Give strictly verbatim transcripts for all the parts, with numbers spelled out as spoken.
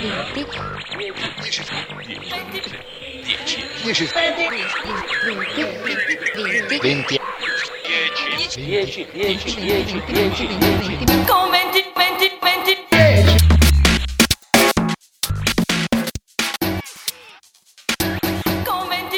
venti dieci, dieci, dieci, dieci, dieci. Con venti, venti, venti. Con venti.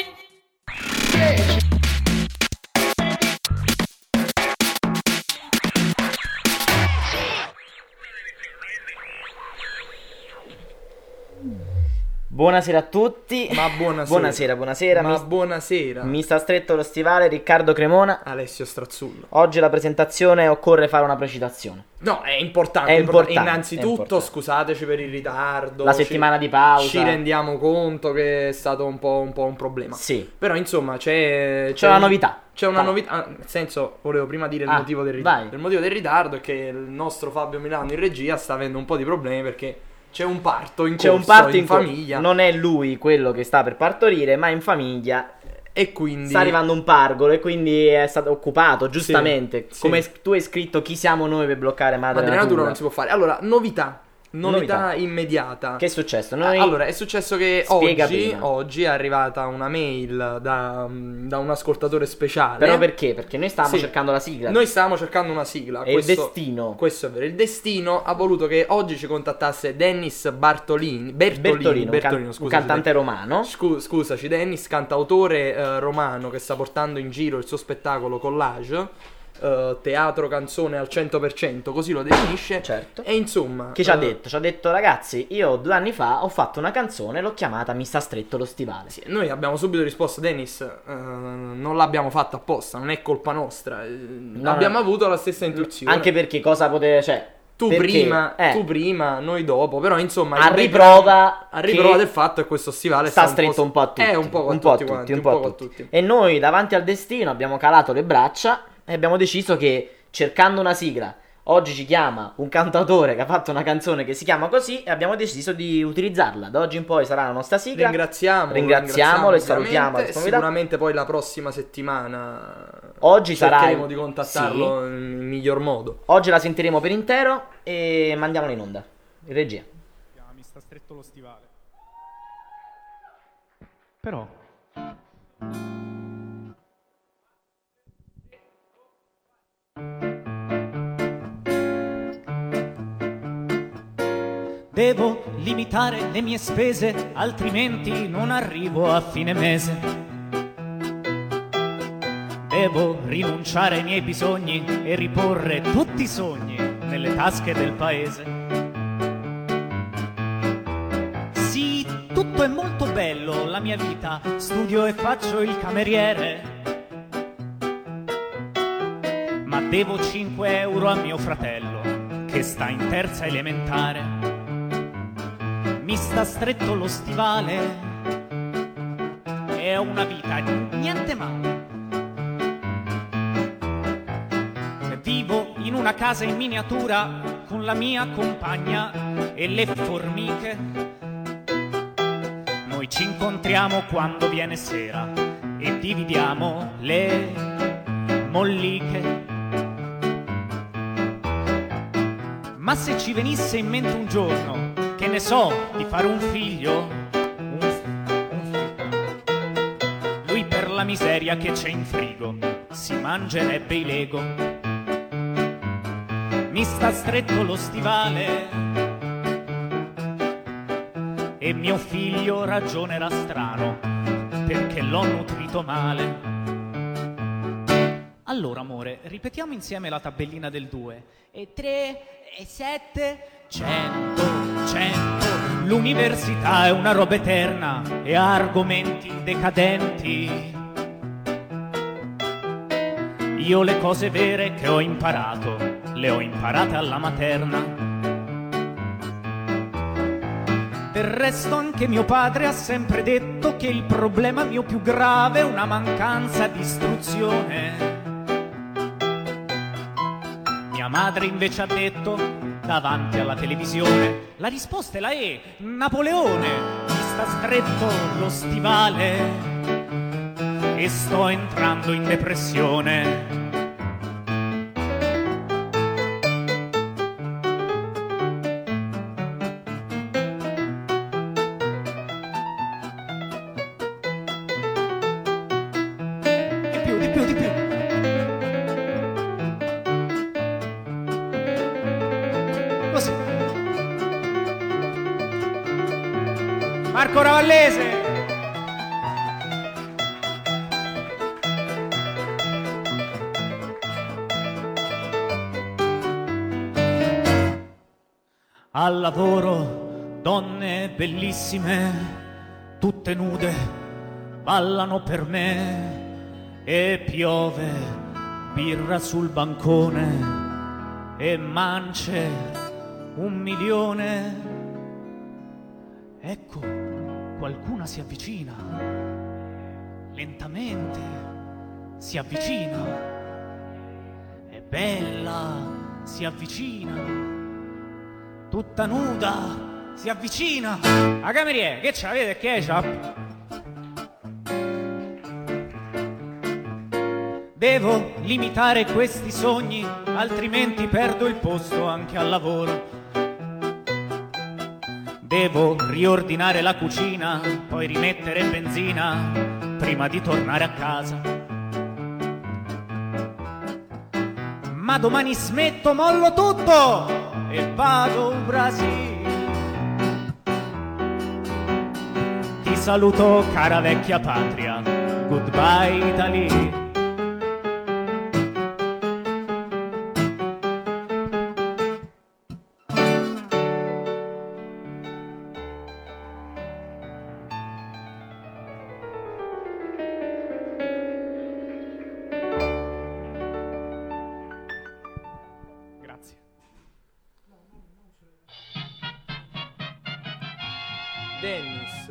Buonasera a tutti. Ma buonasera. Buonasera, buonasera. Ma mi, buonasera. mi sta stretto lo stivale, Riccardo Cremona. Alessio Strazzullo. Oggi la presentazione occorre fare una precisazione. No, è importante. È è importante, Innanzitutto, è importante. scusateci per il ritardo. La settimana ci, di pausa. Ci rendiamo conto che è stato un po' un, po' un problema. Sì. Però, insomma, c'è. C'è, C'è una novità. C'è una Vai. novità. ah, Nel senso, volevo prima dire il Ah, motivo del ritardo. vai. Il motivo del ritardo è che il nostro Fabio Milano in regia sta avendo un po' di problemi perché c'è un parto in C'è corso un parto in, in cor- famiglia. Non è lui quello che sta per partorire, ma in famiglia E quindi. sta arrivando un pargolo e quindi è stato occupato, giustamente. sì. Come tu hai scritto, chi siamo noi per bloccare Madre, Madre Natura? natura non si può fare. Allora, novità. Novità, Novità. immediata. Che è successo? Noi... Allora, è successo che Spiega oggi, prima. oggi è arrivata una mail da, da un ascoltatore speciale. Però perché? Perché noi stavamo Sì. cercando la sigla. Noi stavamo cercando una sigla. E il destino. Questo è vero. Il destino ha voluto che oggi ci contattasse Dennis Bartolini. Bertolini. Bertolino, un, Bertolino, can- un scusaci, cantante romano. Scu- scusaci, Dennis, cantautore eh, romano che sta portando in giro il suo spettacolo Collage. eh, teatro canzone al cento per cento, così lo definisce. Certo. E insomma. Che ci ha eh, detto? Ci ha detto, ragazzi, io due anni fa ho fatto una canzone, l'ho chiamata Mi sta stretto lo stivale. Sì, noi abbiamo subito risposto, Dennis, eh, non l'abbiamo fatta apposta, non è colpa nostra. eh, abbiamo no. avuto la stessa intuizione. Anche perché cosa poteva... Cioè, tu perché, prima, eh, tu prima, noi dopo, però insomma a il riprova background- a riprova che del fatto che questo stivale sta sta stretto un po' a tutti. È un po' a un po' a tutti, tutti, quanti, un po' a tutti. E noi davanti al destino abbiamo calato le braccia e abbiamo deciso che cercando una sigla, oggi ci chiama un cantautore che ha fatto una canzone che si chiama così e abbiamo deciso di utilizzarla. Da oggi in poi sarà la nostra sigla. Ringraziamo, Ringraziamo, le salutiamo. ovviamente. Sicuramente poi la prossima settimana Oggi sarà cercheremo il- di contattarlo nel miglior modo. Oggi la sentiremo per intero e mandiamola in onda. In regia. Mi sta stretto lo stivale. Però devo limitare le mie spese, altrimenti non arrivo a fine mese. Devo rinunciare ai miei bisogni e riporre tutti i sogni nelle tasche del paese. Sì, tutto è molto bello, la mia vita, studio e faccio il cameriere. Ma devo cinque euro a mio fratello, che sta in terza elementare. Mi sta stretto lo stivale e ho una vita niente male. Vivo in una casa in miniatura con la mia compagna e le formiche. Noi ci incontriamo quando viene sera e dividiamo le molliche. Ma se ci venisse in mente un giorno, che ne so, di fare un figlio, un, un figlio, lui per la miseria che c'è in frigo si mangerebbe i Lego. Mi sta stretto lo stivale e mio figlio ragionerà strano perché l'ho nutrito male. Allora amore, ripetiamo insieme la tabellina del due. E tre, e sette, cento, cento. L'università è una roba eterna e ha argomenti decadenti. Io le cose vere che ho imparato, le ho imparate alla materna. Del resto anche mio padre ha sempre detto che il problema mio più grave è una mancanza di istruzione. Mia madre invece ha detto, davanti alla televisione, la risposta è la E, Napoleone. Mi sta stretto lo stivale e sto entrando in depressione. Marco Ravallese. Al lavoro donne bellissime, tutte nude, ballano per me e piove birra sul bancone e mance un milione. Ecco, qualcuna si avvicina, lentamente si avvicina, è bella, si avvicina, tutta nuda, si avvicina. A cameriere, che c'ha, vede che c'ha? Devo limitare questi sogni, altrimenti perdo il posto anche al lavoro. Devo riordinare la cucina, poi rimettere benzina prima di tornare a casa. Ma domani smetto, mollo tutto e vado in Brasile. Ti saluto, cara vecchia patria, goodbye Italy. Dennis,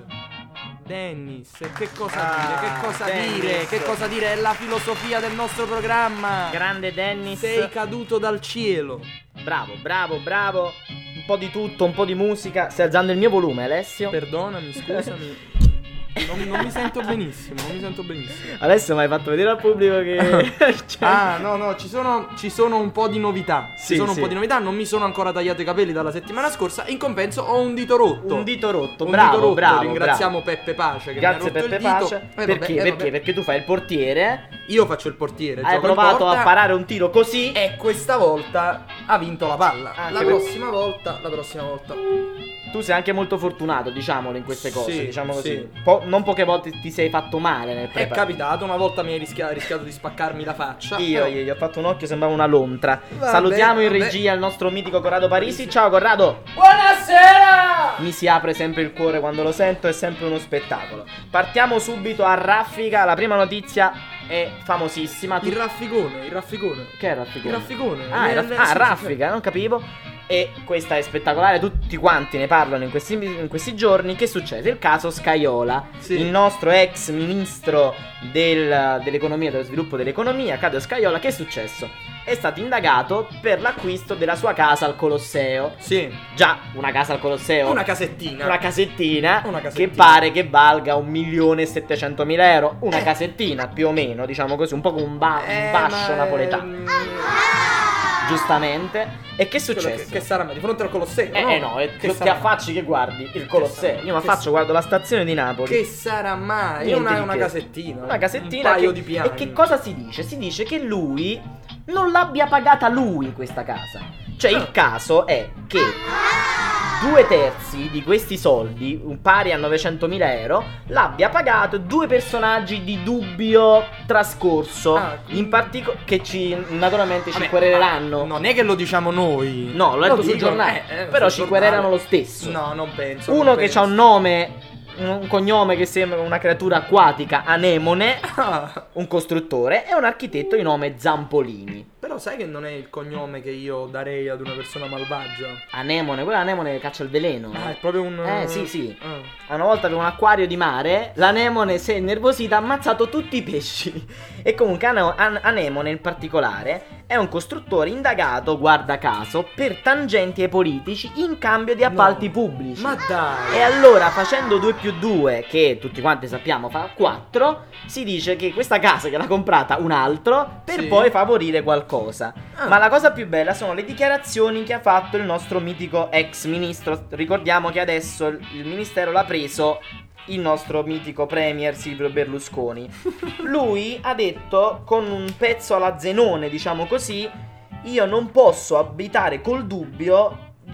Dennis, che cosa Ah, dire, che cosa Dennis. dire, che cosa dire, è la filosofia del nostro programma. Grande Dennis. Sei caduto dal cielo. Bravo, bravo, bravo. Un po' di tutto, un po' di musica. Stai alzando il mio volume, Alessio? Perdonami, scusami. Non, non mi sento benissimo, non mi sento benissimo. Adesso mi hai fatto vedere al pubblico che... cioè... Ah, no, no, ci sono, ci sono un po' di novità. Sì, ci sono sì. un po' di novità. Non mi sono ancora tagliato i capelli dalla settimana scorsa. In compenso ho un dito rotto. Un dito rotto, Un bravo, dito rotto. bravo. Ringraziamo bravo. Peppe Pace che Grazie mi ha rotto Peppe il dito. Pace. Eh, vabbè, perché? eh, perché? vabbè. Perché tu fai il portiere. Io faccio il portiere. Hai gioco in provato porta, a parare un tiro così. e questa volta ha vinto la palla. Anche La per- prossima volta, la prossima volta. Tu sei anche molto fortunato, diciamolo, in queste cose. Sì, diciamo così. sì. Po- non poche volte ti sei fatto male nel È preparare. capitato, una volta mi hai rischia- rischiato di spaccarmi la faccia. Io, però- io gli ho fatto un occhio, sembrava una lontra. Vabbè, Salutiamo in vabbè. regia il nostro mitico Corrado Parisi. Ciao Corrado! Buonasera! Mi si apre sempre il cuore quando lo sento, è sempre uno spettacolo. Partiamo subito a raffica. La prima notizia è famosissima. Tu- Il rafficone, il rafficone. Che è rafficone? Il rafficone. Ah, è Nel- raff- ah, sì, sì, raffica, non capivo. E questa è spettacolare, tutti quanti ne parlano in questi, in questi giorni. Che succede? Il caso Scajola, Sì. il nostro ex ministro del- dell'economia, dello sviluppo dell'economia, Claudio Scajola. Che è successo? È stato indagato per l'acquisto della sua casa al Colosseo. Sì. Già, una casa al Colosseo. Una casettina. Una casettina, Una casettina. che pare che valga un milione e settecentomila euro. Una Eh. casettina più o meno, diciamo così, un po' come un, ba- un Eh, bascio ma- napoletano. Giustamente. E che è Quello successo? Che, che sarà di fronte al Colosseo? Eh, no? eh no, e che ti sarà? affacci che guardi il Colosseo. sarà? Io mi Che affaccio, sa- guardo la stazione di Napoli. Che sarà mai? Niente una, di una che. casettina. Una casettina. Un paio che- di piani. E che cosa si dice? Si dice che lui non l'abbia pagata lui questa casa. Cioè il caso è che due terzi di questi soldi, un pari a novecentomila euro, l'abbia pagato due personaggi di dubbio trascorso. Ah, in particolare che ci naturalmente ci Vabbè, quereleranno. ma Non è che lo diciamo noi. No, l'ho letto sul dicono- giornale. eh, eh, Però sul ci giornale. querelano lo stesso. No, non penso. Uno non che penso. ha un nome, un cognome che sembra una creatura acquatica, Anemone, Ah, un costruttore, e un architetto di nome Zampolini. però sai che non è il cognome che io darei ad una persona malvagia? Anemone, quella Anemone che caccia il veleno. Ah, è proprio un... Eh, sì, sì. Ah. Una volta per un acquario di mare, l'anemone si è innervosita, ha ammazzato tutti i pesci. E comunque Ane- An- Anemone in particolare è un costruttore indagato, guarda caso, per tangenti ai politici in cambio di appalti No. pubblici. Ma dai. E allora, facendo due più due, che tutti quanti sappiamo fa quattro, si dice che questa casa che l'ha comprata un altro per Sì. poi favorire qualcosa. Ah. Ma la cosa più bella sono le dichiarazioni che ha fatto il nostro mitico ex ministro. Ricordiamo che adesso il il ministero l'ha preso il nostro mitico premier Silvio Berlusconi. Lui ha detto con un pezzo alla Zenone, diciamo così: io non posso abitare col dubbio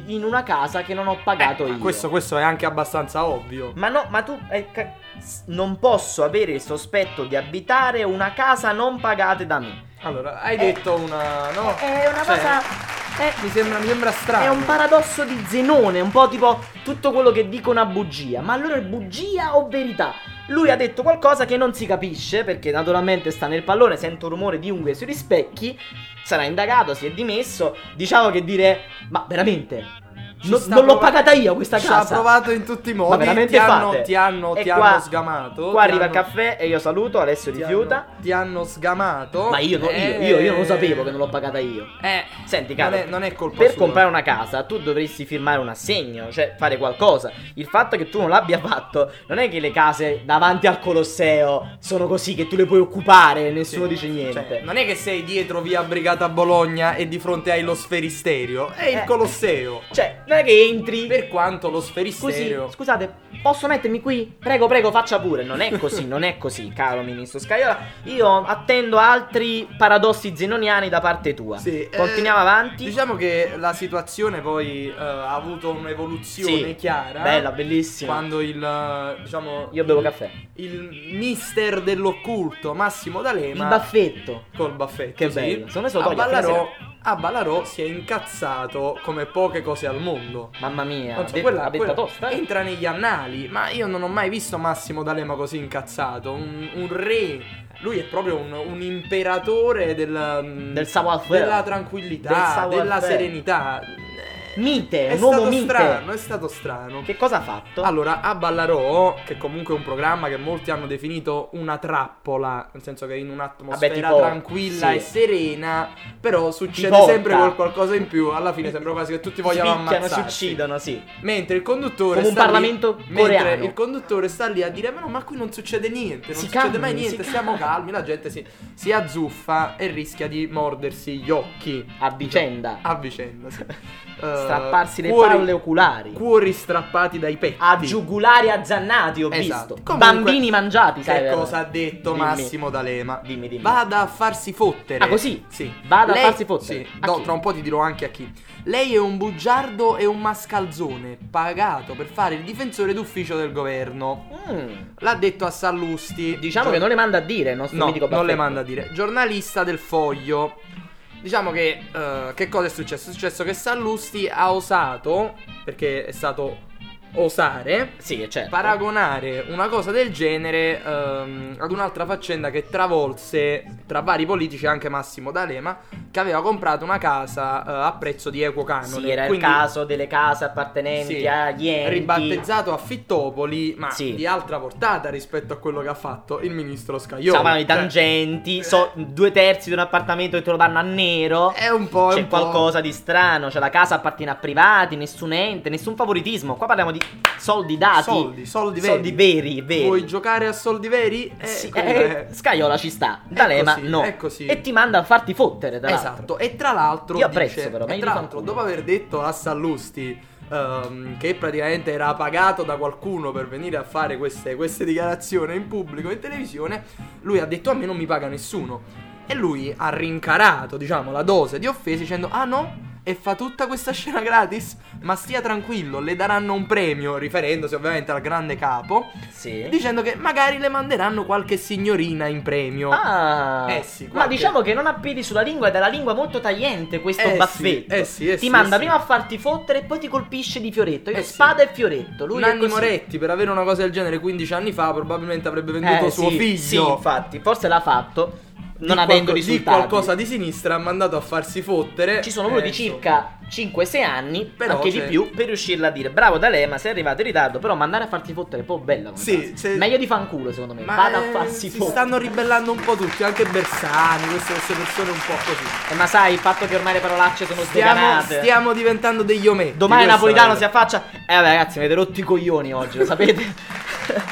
in una casa che non ho pagato Eh, ma io. questo, questo è anche abbastanza ovvio. Ma no, ma tu eh, ca- s- non posso avere il sospetto di abitare una casa non pagata da me. Allora, hai Eh, detto una... no? È una Cioè, cosa è, Mi sembra, mi sembra strano. è un paradosso di Zenone, un po' tipo tutto quello che dico una bugia. Ma allora è bugia o verità? Lui ha detto qualcosa che non si capisce, perché naturalmente sta nel pallone, sento rumore di unghie sugli specchi, sarà indagato, si è dimesso. Diciamo che dire, ma veramente... Ci No- sta non l'ho prova- pagata io questa Ci casa. ha provato in tutti i modi. Ma veramente ti hanno, fate? ti hanno, E ti qua- hanno sgamato. Qua ti arriva il hanno- caffè e io saluto, Alessio ti rifiuta. hanno- Ti hanno sgamato. Ma io, no- io, Eh, io, io non lo sapevo che non l'ho pagata io. Eh, Senti, non caro, è, non è colpa per sua. comprare una casa tu dovresti firmare un assegno, cioè fare qualcosa. Il fatto che tu non l'abbia fatto non è che le case davanti al Colosseo sono così che tu le puoi occupare e nessuno dice niente. Cioè, non è che sei dietro via Brigata Bologna e di fronte hai lo sferisterio. È il Eh. Colosseo. Cioè, non è che entri Per quanto lo così. sferisterio. Scusate, posso mettermi qui? Prego, prego, faccia pure. Non è così, non è così, caro ministro Scaiola. Io attendo altri paradossi zenoniani da parte tua. Sì, Continuiamo eh, avanti. Diciamo che la situazione poi eh, ha avuto un'evoluzione Sì, chiara. bella, bellissima. Quando il eh, diciamo Io bevo caffè. il mister dell'occulto Massimo D'Alema Il baffetto. col baffetto, Che sì, bello. Secondo me se lo a toglie appena Ballarò, a Ballarò si è incazzato come poche cose al mondo. Mamma mia, Non so, de- quella, la detta quella tosta. eh? entra negli annali, ma io non ho mai visto Massimo D'Alema così incazzato. Un, un re, lui è proprio un, un imperatore del, Del savoir-faire. della Del tranquillità, savoir-faire. della serenità. Mite, È un uomo stato mite. strano, è stato strano. Che cosa ha fatto? Allora, a Ballarò, che comunque è un programma che molti hanno definito una trappola, nel senso che in un'atmosfera Vabbè, tipo, tranquilla sì. e serena, però succede porta. sempre quel qualcosa in più, alla fine sembra quasi che tutti vogliano Spicchiano, si ammazzarsi. uccidono, sì. Mentre il conduttore Come un sta lì- Parlamento mentre coreano. il conduttore sta lì a dire: ma no, ma qui non succede niente, non Si succede calmi, mai si niente, calmi." stiamo calmi, la gente si, si azzuffa e rischia di mordersi gli occhi A vicenda. a vicenda, sì. Eh, Strapparsi le cuori- palle oculari. Cuori strappati dai petti. A giugulari azzannati, ho Esatto. visto. Comunque, Bambini mangiati, sai. Che vero? cosa ha detto Dimmi. Massimo D'Alema? Dimmi, dimmi. Vada a farsi fottere. Ah, così? Sì. Vada a Lei- farsi fottere. Sì. A No, chi? tra un po' ti dirò anche a chi. Lei è un bugiardo e un mascalzone pagato per fare il difensore d'ufficio del governo. Mm. L'ha detto a Sallusti. Diciamo Gio- che non le manda a dire il nostro No, mitico non le baffetto. manda a dire. Giornalista del Foglio. Diciamo che eh, che cosa è successo? È successo che Sallusti ha osato, perché è stato osare, Sì, certo. paragonare una cosa del genere ehm, ad un'altra faccenda che travolse tra vari politici anche Massimo D'Alema, che aveva comprato una casa eh, a prezzo di equo canone. Sì, era Quindi, il caso delle case appartenenti sì, agli enti. ribattezzato Affittopoli, ma Sì. di altra portata rispetto a quello che ha fatto il ministro Scajola. Stavano i Cioè, tangenti, so- due terzi di un appartamento che te lo danno a nero. è un po', è C'è un po'. qualcosa di strano, cioè la casa appartiene a privati, nessun ente, nessun favoritismo. Qua parliamo di soldi dati. Soldi, soldi veri. Soldi veri, veri. Vuoi giocare a soldi veri? Eh, Sì, quello eh, è- Scaiola ci sta, D'Alema così, no. è così. E ti manda a farti fottere, tra l'altro. Esatto, e tra l'altro Io apprezzo dice- però, e meglio tra di l'altro fanculo. dopo aver detto a Sallusti ehm, che praticamente era pagato da qualcuno per venire a fare queste, queste dichiarazioni in pubblico e in televisione, lui ha detto: a me non mi paga nessuno. E lui ha rincarato, diciamo, la dose di offese dicendo: ah no? E fa tutta questa scena gratis? Ma stia tranquillo, le daranno un premio, riferendosi ovviamente al grande capo, Sì. dicendo che magari le manderanno qualche signorina in premio. Ah, Eh sì, ma qualche- diciamo che non ha piedi sulla lingua ed è la lingua molto tagliente questo Eh sì, baffetto. eh sì, eh ti sì, manda eh prima sì. a farti fottere e poi ti colpisce di fioretto. Io Eh sì. spada e fioretto. Lui è Nanni così. Moretti, per avere una cosa del genere quindici anni fa, probabilmente avrebbe venduto Eh, suo sì, figlio. Sì, infatti, forse l'ha fatto. Non Di avendo qualco- di risultati. qualcosa di sinistra, ha mandato a farsi fottere. Ci sono voluti Eh, circa cinque sei anni, Però anche c'è- di più, per riuscirla a dire bravo D'Alema, sei arrivato in ritardo, però mandare a farti fottere è un po' bella come Sì, frase. se- Meglio di fanculo secondo me. Ma Vada eh, a farsi si fottere. stanno ribellando un po' tutti, anche Bersani, queste, queste persone un po' così. Eh, ma sai, il fatto che ormai le parolacce sono Stiamo, sdeganate. stiamo diventando degli ometti. Domani questa Napolitano è si la- affaccia. Eh vabbè ragazzi, mi avete rotto i coglioni oggi, lo sapete?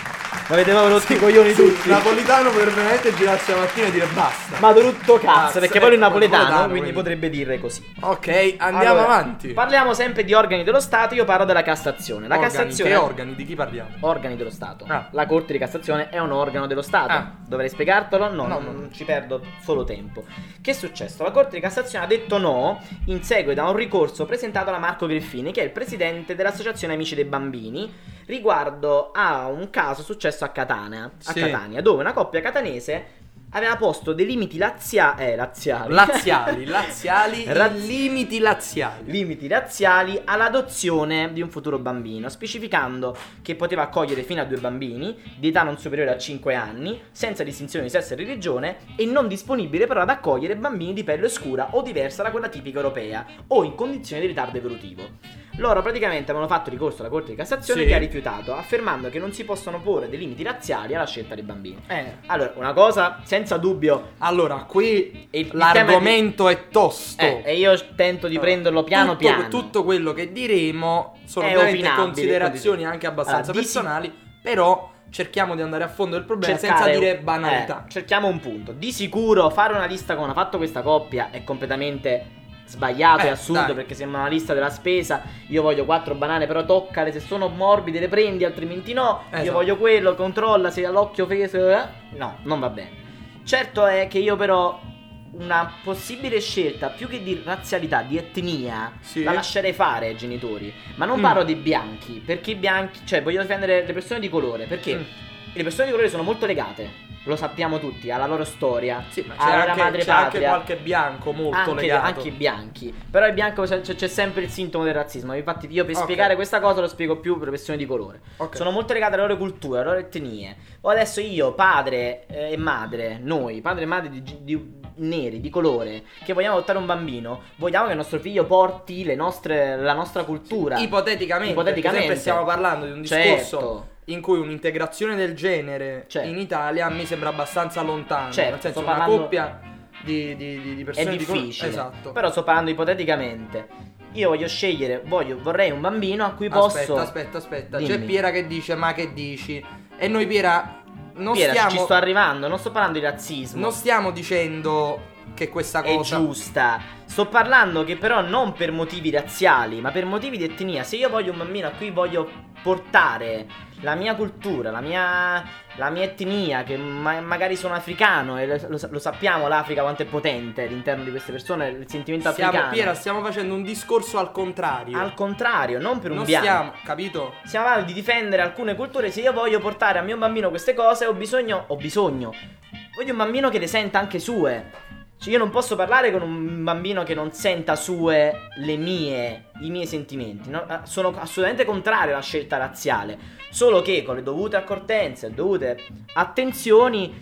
Mi avete proprio rotto i coglioni Sì, tutti. il napolitano potrebbe veramente girarsi la mattina e dire basta. Ma brutto cazzo, Cazzo, perché poi lui è ecco, napoletano, napoletano, quindi quindi. potrebbe dire così. Ok, andiamo Allora, avanti. Parliamo sempre di organi dello Stato, io parlo della Cassazione. La Organi, Cassazione che organi? Di chi parliamo? Organi dello Stato. Ah. La Corte di Cassazione è un organo dello Stato. Ah. Dovrei spiegartelo? No, No, non no. ci perdo solo tempo. Che è successo? La Corte di Cassazione ha detto no in seguito a un ricorso presentato da Marco Griffini, che è il presidente dell'Associazione Amici dei Bambini, riguardo a un caso successo a Catania, a Sì. Catania, dove una coppia catanese aveva posto dei limiti lazia- eh, laziali. Laziali, laziali, Raz- limiti laziali. limiti razziali all'adozione di un futuro bambino, specificando che poteva accogliere fino a due bambini di età non superiore a cinque anni, senza distinzione di sesso e religione, e non disponibile però ad accogliere bambini di pelle scura o diversa da quella tipica europea o in condizioni di ritardo evolutivo. Loro praticamente avevano fatto ricorso alla Corte di Cassazione, Sì. che ha rifiutato, affermando che non si possono porre dei limiti razziali alla scelta dei bambini. Eh. Allora, una cosa senza dubbio, Allora, qui Il- il l'argomento è tosto. eh, e io tento di prenderlo piano tutto, piano. Tutto quello che diremo sono È ovviamente opinabile, considerazioni quindi- anche abbastanza Allora, di si- personali, però cerchiamo di andare a fondo del problema cercare- senza dire banalità. eh, cerchiamo un punto. Di sicuro fare una lista come ha fatto questa coppia è completamente sbagliato Eh, e assurdo, dai. perché sembra una lista della spesa. Io voglio quattro banane, però toccale, se sono morbide le prendi, altrimenti no. Io Esatto. voglio quello, controlla se all'occhio feso, eh. No, non va bene. Certo è che io però una possibile scelta, più che di razzialità, di etnia, Sì. la lascerei fare ai genitori. Ma non Mm. parlo dei bianchi, perché i bianchi, cioè voglio difendere le persone di colore, perché Mm. le persone di colore sono molto legate, lo sappiamo tutti, alla loro storia, Sì, ma c'è alla loro anche, madre c'è anche patria. qualche bianco molto Anche, legato. anche i bianchi. Però il bianco c'è, c'è sempre il sintomo del razzismo. Infatti io per Ok. spiegare questa cosa lo spiego più per le persone di colore. Ok. Sono molto legate alle loro culture, alle loro etnie. O adesso io, padre eh, e madre, noi, padre e madre di, di neri, di colore, che vogliamo adottare un bambino, vogliamo che il nostro figlio porti le nostre, la nostra cultura. Ipoteticamente, Ipoteticamente. perché sempre stiamo parlando di un Certo. discorso in cui un'integrazione del genere Certo. in Italia mi sembra abbastanza lontano. Certo, nel senso, sto una parlando- coppia di, di, di, di È persone di colore- difficile. Esatto. Però sto parlando ipoteticamente. Io voglio scegliere, voglio, vorrei un bambino a cui Aspetta, posso. aspetta, aspetta. Dimmi. C'è Piera che dice: ma che dici? E noi, Piera, non Piera, stiamo. ci sto arrivando, non sto parlando di razzismo. non stiamo dicendo che questa È cosa. giusta. Sto parlando che però non per motivi razziali, ma per motivi di etnia. Se io voglio un bambino a cui voglio portare la mia cultura, la mia, la mia etnia, che ma- magari sono africano, e lo, lo- lo sappiamo l'Africa quanto è potente all'interno di queste persone, il sentimento Stiamo, africano. Piera, stiamo facendo un discorso al contrario. Al contrario, non per un non bianco. stiamo, capito? Stiamo parlando di difendere alcune culture. Se io voglio portare a mio bambino queste cose, ho bisogno, ho bisogno, voglio un bambino che le senta anche sue. Cioè, io non posso parlare con un bambino che non senta sue le mie, i miei sentimenti, no? Eh, Sono assolutamente contrario alla scelta razziale. Solo che con le dovute accortenze, le dovute attenzioni,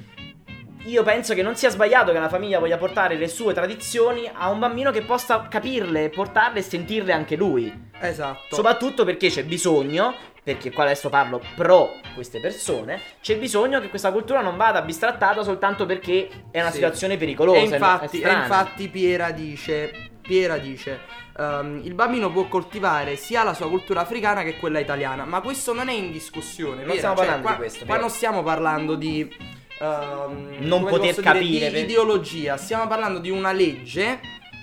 io penso che non sia sbagliato che una famiglia voglia portare le sue tradizioni a un bambino che possa capirle, portarle e sentirle anche lui. Esatto. Soprattutto perché c'è bisogno, perché qua adesso parlo pro queste persone, c'è bisogno che questa cultura non vada bistrattata soltanto perché è una Sì. situazione pericolosa. E infatti, è e strana. infatti Piera dice, Piera dice ehm, il bambino può coltivare sia la sua cultura africana che quella italiana, ma questo non è in discussione. Non Piera. stiamo Cioè, parlando qua, di questo, Qua Piera. non stiamo parlando di ehm, Non come poter posso dire, capire, di per- ideologia, stiamo parlando di una legge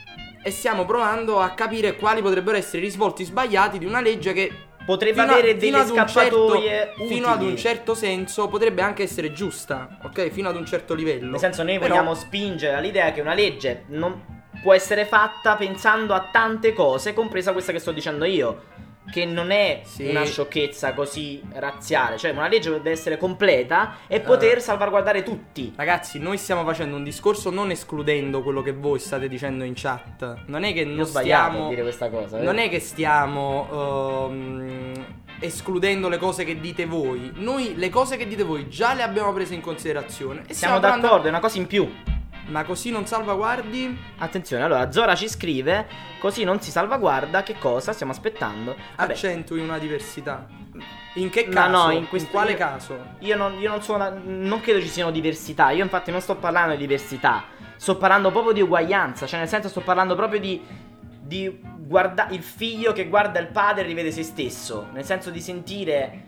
e stiamo provando a capire quali potrebbero essere i risvolti sbagliati di una legge che Potrebbe fino a- avere fino delle ad un scappatoie certo, fino ad un utili. certo senso potrebbe anche essere giusta, ok? Fino ad un certo livello. Nel senso, noi Però- vogliamo spingere all'idea che una legge non può essere fatta pensando a tante cose, compresa questa che sto dicendo io. Che non è Sì. una sciocchezza così razziale. Cioè, una legge deve essere completa e poter Eh. salvaguardare tutti. Ragazzi, noi stiamo facendo un discorso non escludendo quello che voi state dicendo in chat. Non è che Io ho non sbagliato stiamo a dire questa cosa. eh. Non è che stiamo ehm, escludendo le cose che dite voi. Noi le cose che dite voi già le abbiamo prese in considerazione e Siamo parlando- d'accordo, è una cosa in più. Ma così non salvaguardi? Attenzione, allora Zora ci scrive: così non si salvaguarda. Che cosa? Stiamo aspettando. Vabbè, Accentui una diversità. In che No, caso? no, in in, questo- quale io- caso? io non, io non sono. Non credo ci siano diversità. Io, infatti, non sto parlando di diversità. Sto parlando proprio di uguaglianza. Cioè, nel senso, sto parlando proprio di. Di guarda il figlio che guarda il padre e rivede se stesso. Nel senso di sentire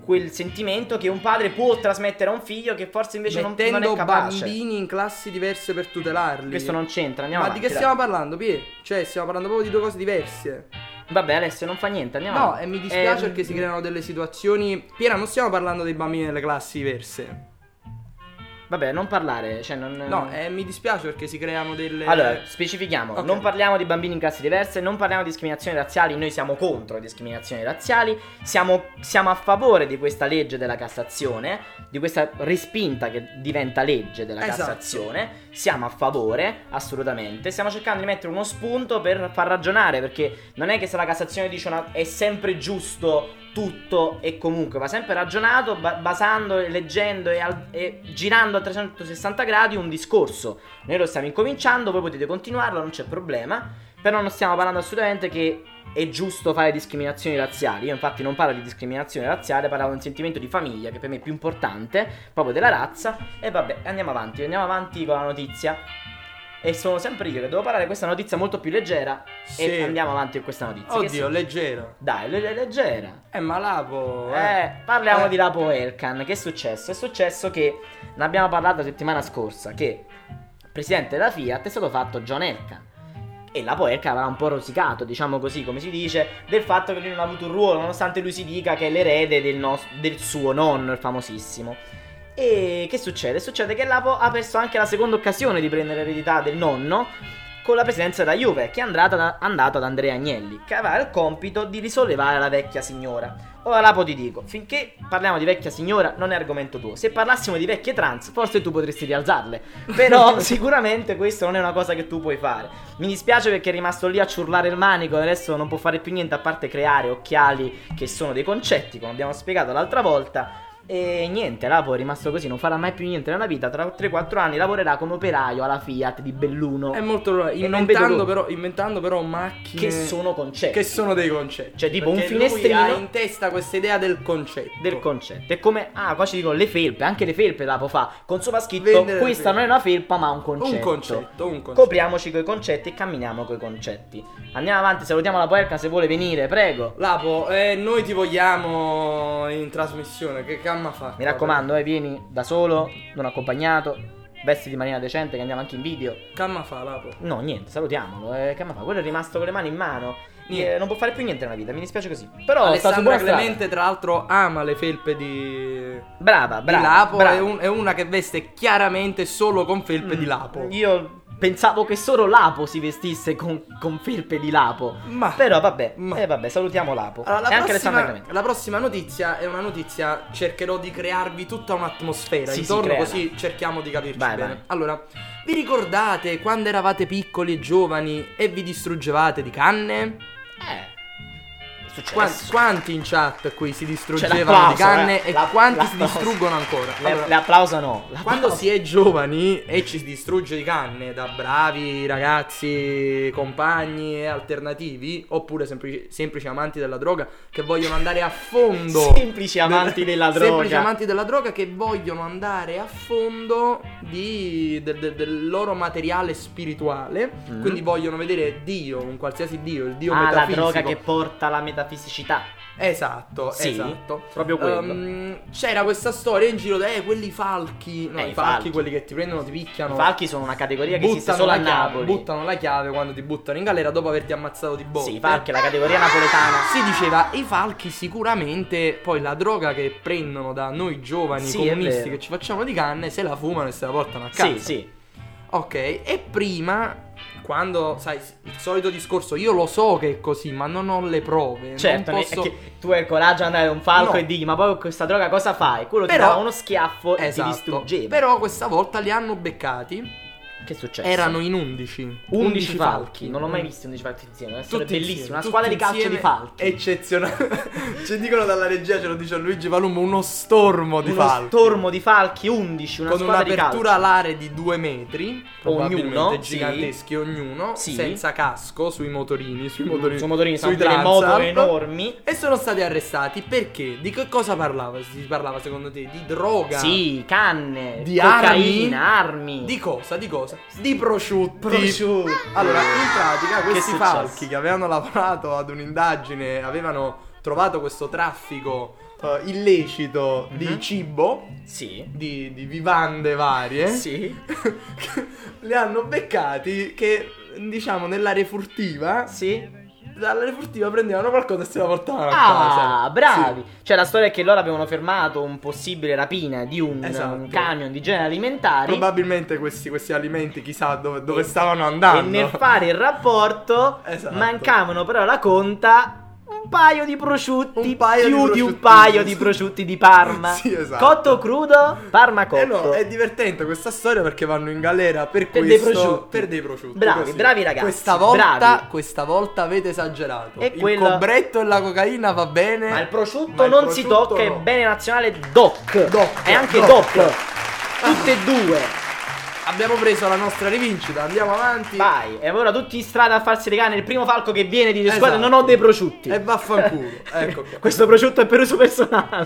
quel sentimento che un padre può trasmettere a un figlio che forse invece non, non mettendo è capace. bambini in classi diverse per tutelarli. Questo non c'entra, andiamo Ma avanti, di che dai. stiamo parlando, Pie? Cioè, stiamo parlando proprio di due cose diverse. Vabbè, Alessio, non fa niente, andiamo No, avanti. e mi dispiace Ehm, perché si creano delle situazioni. Piera, non stiamo parlando dei bambini nelle classi diverse. Vabbè, non parlare, cioè non... No, e mi dispiace perché si creano delle. Allora, specifichiamo, Ok. non parliamo di bambini in classi diverse, non parliamo di discriminazioni razziali, noi siamo contro le discriminazioni razziali, siamo, siamo a favore di questa legge della Cassazione, di questa respinta che diventa legge della Esatto. Cassazione, siamo a favore, assolutamente, stiamo cercando di mettere uno spunto per far ragionare, perché non è che se la Cassazione dice una, è sempre giusto tutto e comunque, va sempre ragionato ba- basando, e leggendo e, al- e girando a trecentosessanta gradi un discorso. Noi lo stiamo incominciando, voi potete continuarlo, non c'è problema, però non stiamo parlando assolutamente che è giusto fare discriminazioni razziali. Io infatti non parlo di discriminazione razziale, parlavo di un sentimento di famiglia che per me è più importante, proprio della razza. E vabbè, andiamo avanti, andiamo avanti con la notizia. E sono sempre io che devo parlare di questa notizia molto più leggera. Sì. E andiamo avanti con questa notizia. Che Oddio, si- leggero. Dai, le- le- leggera. Eh, ma Lapo. Eh, parliamo Eh. di Lapo Elkan. Che è successo? È successo che ne abbiamo parlato la settimana scorsa, che il presidente della Fiat è stato fatto John Elkann. E Lapo Elkann aveva un po' rosicato, diciamo così, come si dice, del fatto che lui non ha avuto un ruolo, nonostante lui si dica che è l'erede del, nos- del suo nonno, il famosissimo. E che succede? Succede che Lapo ha perso anche la seconda occasione di prendere l'eredità del nonno con la presidenza della Juve, che è andata da- andato ad Andrea Agnelli, che aveva il compito di risollevare la vecchia signora. Ora Lapo ti dico, finché parliamo di vecchia signora non è argomento tuo. Se parlassimo di vecchie trans forse tu potresti rialzarle, però sicuramente questo non è una cosa che tu puoi fare. Mi dispiace perché è rimasto lì a ciurlare il manico e adesso non può fare più niente a parte creare occhiali che sono dei concetti, come abbiamo spiegato l'altra volta. E niente, Lapo è rimasto così, non farà mai più niente nella vita. Tra tre quattro anni lavorerà come operaio alla Fiat di Belluno. È molto probabile. E non vedo Inventando, l'ora. però, inventando però macchine Che sono concetti. che sono dei concetti. Cioè, tipo Perché un finestrino- lui ha in testa questa idea del concetto. Del concetto. È come, ah, qua ci dicono le felpe, anche le felpe Lapo fa con sopra scritto Vendere le questa felpe. non è una felpa ma un concetto. Un concetto, un concetto. Copriamoci coi concetti e camminiamo coi concetti. Andiamo avanti, salutiamo la Elkann se vuole venire, prego. Lapo, eh, noi ti vogliamo in trasmissione. Che camma fa? Mi raccomando, eh, vieni da solo, non accompagnato, vestiti in maniera decente che andiamo anche in video. Camma fa, Lapo. No, niente, salutiamolo, eh, che ma fa? Quello è rimasto con le mani in mano. Niente. Eh, non può fare più niente nella vita, mi dispiace così. Però sta su Alessandra buona strada. Clemente, tra l'altro, ama le felpe di. Brava, di brava. Lapo. brava. È, un- è una che veste chiaramente solo con felpe di Lapo. Io pensavo che solo Lapo si vestisse con, con felpe di Lapo. Ma- Però vabbè, ma- eh, vabbè, salutiamo Lapo. Allora, la, e anche Alessandra prossima, Clemente. la prossima notizia è una notizia. Cercherò di crearvi tutta un'atmosfera Sì, sì, intorno, creala. così cerchiamo di capirci Vai, bene. vai. Allora, vi ricordate quando eravate piccoli e giovani e vi distruggevate di canne? Eh. È successo. Qua- quanti in chat qui si C'è distruggevano l'applauso, di canne eh. e La- quanti si l'applauso. distruggono ancora? Le, Allora, le applauso no. L'applauso- quando si è giovani e ci si distrugge di canne da bravi ragazzi, compagni e alternativi, oppure semplici, semplici amanti della droga che vogliono andare a fondo, Semplici amanti della droga. semplici amanti della droga che vogliono andare a fondo di, del- del- del loro materiale spirituale, Mm. quindi vogliono vedere Dio, un qualsiasi Dio, il Dio Ah, la metafisico. droga che porta alla metafisicità. Esatto, Sì, esatto. proprio quello. Ehm, c'era questa storia in giro di eh, quelli falchi. No, Eh, i i falchi, falchi. quelli che ti prendono, ti picchiano. I falchi sono una categoria che esiste buttano solo a la chiave, Napoli. buttano la chiave quando ti buttano in galera dopo averti ammazzato di botte. Sì, i falchi è la categoria napoletana. Si diceva i falchi sicuramente poi la droga che prendono da noi giovani Sì, è comunisti vero. che ci facciamo di canne se la fumano e se la portano a casa. Sì, sì. Ok, e prima quando, sai, il solito discorso, io lo so che è così, ma non ho le prove. Certo, non ne- posso... è che tu hai il coraggio di andare da un falco No. e digli, ma poi con questa droga cosa fai? Quello ti Però- dava uno schiaffo e ti Esatto. distruggeva. Però questa volta li hanno beccati. Che è successo? Erano in undici. undici falchi. Non l'ho mai visto undici falchi insieme. Deve essere Tutti bellissimo. insieme, Una tutti squadra di calcio insieme, di falchi. Eccezionale. Ci dicono dalla regia, ce lo dice Luigi Palumbo, uno stormo di Uno falchi. stormo di falchi, undici, una con squadra di un'apertura calcio. alare di due metri, probabilmente Ognuno, giganteschi ognuno, Sì. senza casco, sui motorini, sui motorini, Sui motorini sono sui delle moto Transalp. enormi. E sono stati arrestati perché? Di che cosa parlava? Si parlava secondo te? Di droga? Sì, canne, Di cocaina, armi. Di cosa? Di cosa? Di prosciutti. Prosciutti. Allora, in pratica Che è questi successo? falchi che avevano lavorato ad un'indagine, avevano trovato questo traffico uh, illecito Mhm. di cibo, Sì. di, di vivande varie. Sì. Li hanno beccati che, diciamo, nell'area furtiva, Sì. dall'area furtiva prendevano qualcosa e se la portavano a casa. Ah, bravi. Sì. Cioè, la storia è che loro avevano fermato un possibile rapina di un, Esatto. un camion di generi alimentari. Probabilmente questi, questi alimenti chissà dove, dove stavano andando. E nel fare il rapporto Esatto. mancavano però alla conta un paio di prosciutti, Un paio più di di, un prosciutti, paio sì. di prosciutti di Parma. Sì, esatto. Cotto o crudo? Parma cotto. Eh no, è divertente questa storia perché vanno in galera per, Per dei questo, prosciutti. per dei prosciutti. Bravi, così. bravi ragazzi, Questa volta, bravi. questa volta avete esagerato. E il quello- cobretto e la cocaina va bene. Ma il prosciutto ma il non si prosciutto tocca, no. è bene nazionale DOC. Doc, È anche doc. DOC. Tutte e due. Abbiamo preso la nostra rivincita, andiamo avanti. Vai. E ora tutti in strada a farsi legare il primo falco che viene di Esatto. squadra. Non ho dei prosciutti. E vaffanculo. Ecco qua. Questo prosciutto è per uso personale.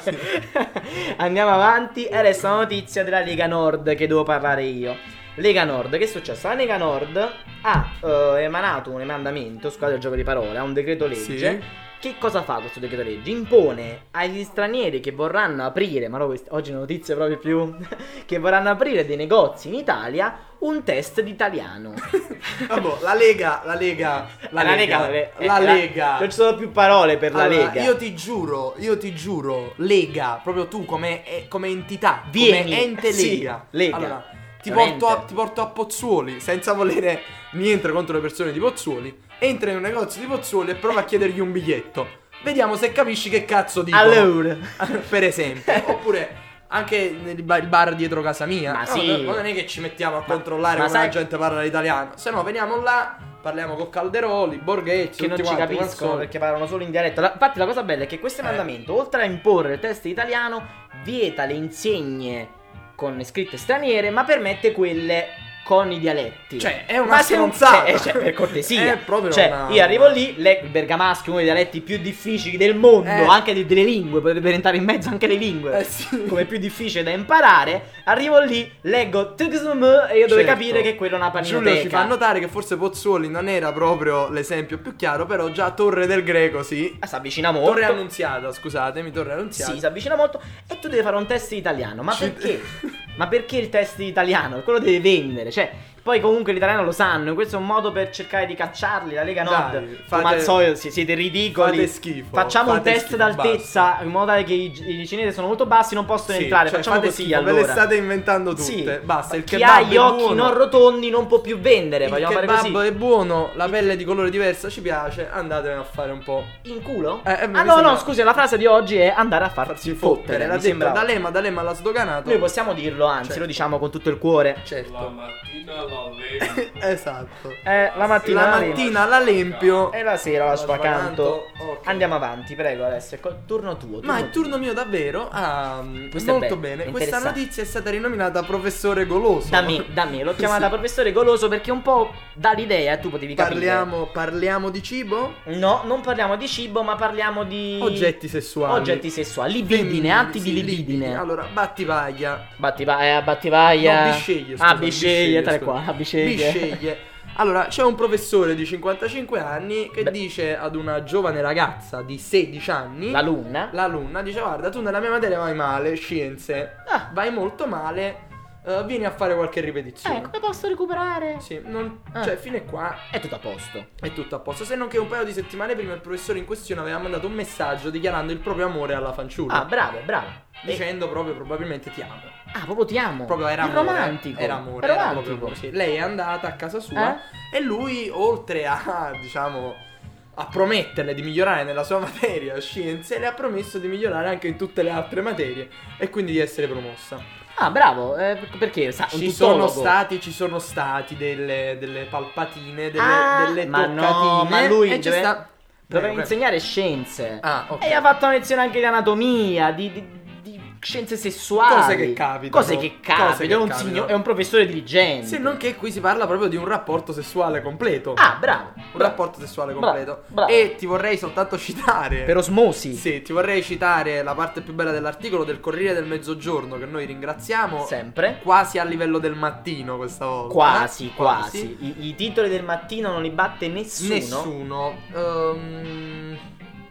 Andiamo avanti. E adesso la notizia della Lega Nord che devo parlare io. Lega Nord, che è successo? La Lega Nord ha eh, emanato un emendamento, scusate il gioco di parole, ha un decreto legge. Sì. Che cosa fa questo decreto legge? Impone agli stranieri che vorranno aprire, ma no, queste- oggi le notizie proprio più che vorranno aprire dei negozi in Italia, un test di italiano. Vabbè, la Lega, la Lega, la, La Lega, Lega, eh, la eh, Lega. Non ci sono più parole per la Allora, Lega. io ti giuro, io ti giuro, Lega, proprio tu come, eh, come entità, Vieni. come ente Sì, Lega. Lega. Allora, ti Veramente. porto, a, ti porto a Pozzuoli, senza volere niente contro le persone di Pozzuoli. Entra in un negozio di Pozzuoli e prova a chiedergli un biglietto. Vediamo se capisci che cazzo dicono. Allora. Per esempio. Oppure anche nel bar, il bar dietro casa mia. Ma No, sì. no, non è che ci mettiamo a Ma- controllare ma come sai- la gente parla l'italiano. Se no, veniamo là, parliamo con Calderoli, Borghetti, Che non tutti ci quanti, capiscono quanti perché parlano solo in dialetto. La- infatti, la cosa bella è che questo Eh. emendamento, oltre a imporre il test italiano, vieta le insegne con scritte straniere, ma permette quelle con i dialetti. Cioè, è una Ma se un- stronzata. cioè, cioè, per cortesia. È proprio cioè, una- io arrivo lì, leggo il bergamasco, uno dei dialetti più difficili del mondo, Eh. anche de- delle lingue, potrebbe entrare in mezzo anche le lingue. Eh sì. Come più difficile da imparare. Arrivo lì, leggo Tuxum e io devo Certo. capire che quello è una paninoteca. Giulio ci fa notare che forse Pozzuoli non era proprio l'esempio più chiaro, però già Torre del Greco sì. Ah, si avvicina molto. Torre Annunziata, scusatemi, Torre Annunziata. Sì, si avvicina molto. E tu devi fare un test italiano. Ma Ci- perché? Ma perché il test italiano? Quello deve vendere. Cioè, poi comunque l'italiano lo sanno. Questo è un modo per cercare di cacciarli. La Lega Nord, Dai, come fate- al solito, si- siete ridicoli. fate schifo, Facciamo un fate test schifo, d'altezza in modo tale che i, i cinesi sono molto bassi, non possono Sì, entrare. cioè, Facciamo fate così schifo, allora. ve le state inventando tutte. Sì. Basta, il Chi kebab ha gli è occhi buono. non rotondi non può più vendere. Il Vogliamo fare kebab così. è buono, la pelle di colore diverso ci piace, andatevene a fare un po'. In culo? Eh, eh, ah mi no, sembra- no, scusi, la frase di oggi è andare a farsi Farsi fottere. fottere, l'ha Mi detto sembra. D'Alema, D'Alema l'ha sdoganato. Noi possiamo dirlo, anzi, Certo. lo diciamo con tutto il cuore. Certo. mattina la legge. Esatto. Eh, la mattina La la legge. mattina l'Alempio. E la sera la La sua canto. sua canto, ok. Andiamo avanti, prego Alessio. Co- Turno tuo. Ma è tuo. turno mio davvero? Ah, Questo è molto bello, bene. è Questa interessante. notizia è stata rinominata professore goloso. Da me, da me. L'ho chiamata Sì. professore goloso perché un po' dà l'idea, e tu potevi capire. Parliamo, parliamo di cibo? No, non parliamo di cibo, ma parliamo di Oggetti sessuali. Oggetti sessuali, libidine, Femminili, atti di sì, libidine. Allora, battipaglia. Battivaglia, battivaglia. No, bisceglie, Ah, scusa, bisceglie, tale scusa. qua, ah, bisceglie. Bisceglie. Allora, c'è un professore di cinquantacinque anni che Beh. dice ad una giovane ragazza di sedici anni, L'alunna. l'alunna, dice guarda, tu nella mia materia vai male, scienze, Ah. vai molto male, eh, vieni a fare qualche ripetizione. Eh, come posso recuperare? Sì, non, Ah. cioè fino a qua È tutto a posto. è tutto a posto. Se non che un paio di settimane prima il professore in questione aveva mandato un messaggio dichiarando il proprio amore alla fanciulla. Ah, bravo, bravo. E- Dicendo proprio probabilmente ti amo. Ah, proprio ti amo. Proprio era È amore. romantico. Era amore. È Era romantico. proprio così. Lei è andata a casa sua e lui, oltre a, diciamo, a prometterle di migliorare nella sua materia scienze, le ha promesso di migliorare anche in tutte le altre materie e quindi di essere promossa. Ah, bravo. Eh, perché sa, un Ci tutologo. sono stati, ci sono stati delle, delle palpatine, delle, Ah, delle ma toccatine. no, ma lui e c'è deve- sta... Doveva Prego, prego. insegnare scienze. Ah, ok. E gli ha fatto una lezione anche di anatomia, di, di- di scienze sessuali. Cose che capitano. Cose che Cose capitano. che È un capitano. signor- è un professore dirigente. Se non che qui si parla proprio di un rapporto sessuale completo. Ah, bravo. Un rapporto sessuale Bravo, completo. bravo. E ti vorrei soltanto citare. Per osmosi. Sì, ti vorrei citare la parte più bella dell'articolo del Corriere del Mezzogiorno, che noi ringraziamo. Sempre. Quasi a livello del mattino questa volta. Quasi, Eh? quasi. I, I titoli del mattino non li batte nessuno. Nessuno. Ehm,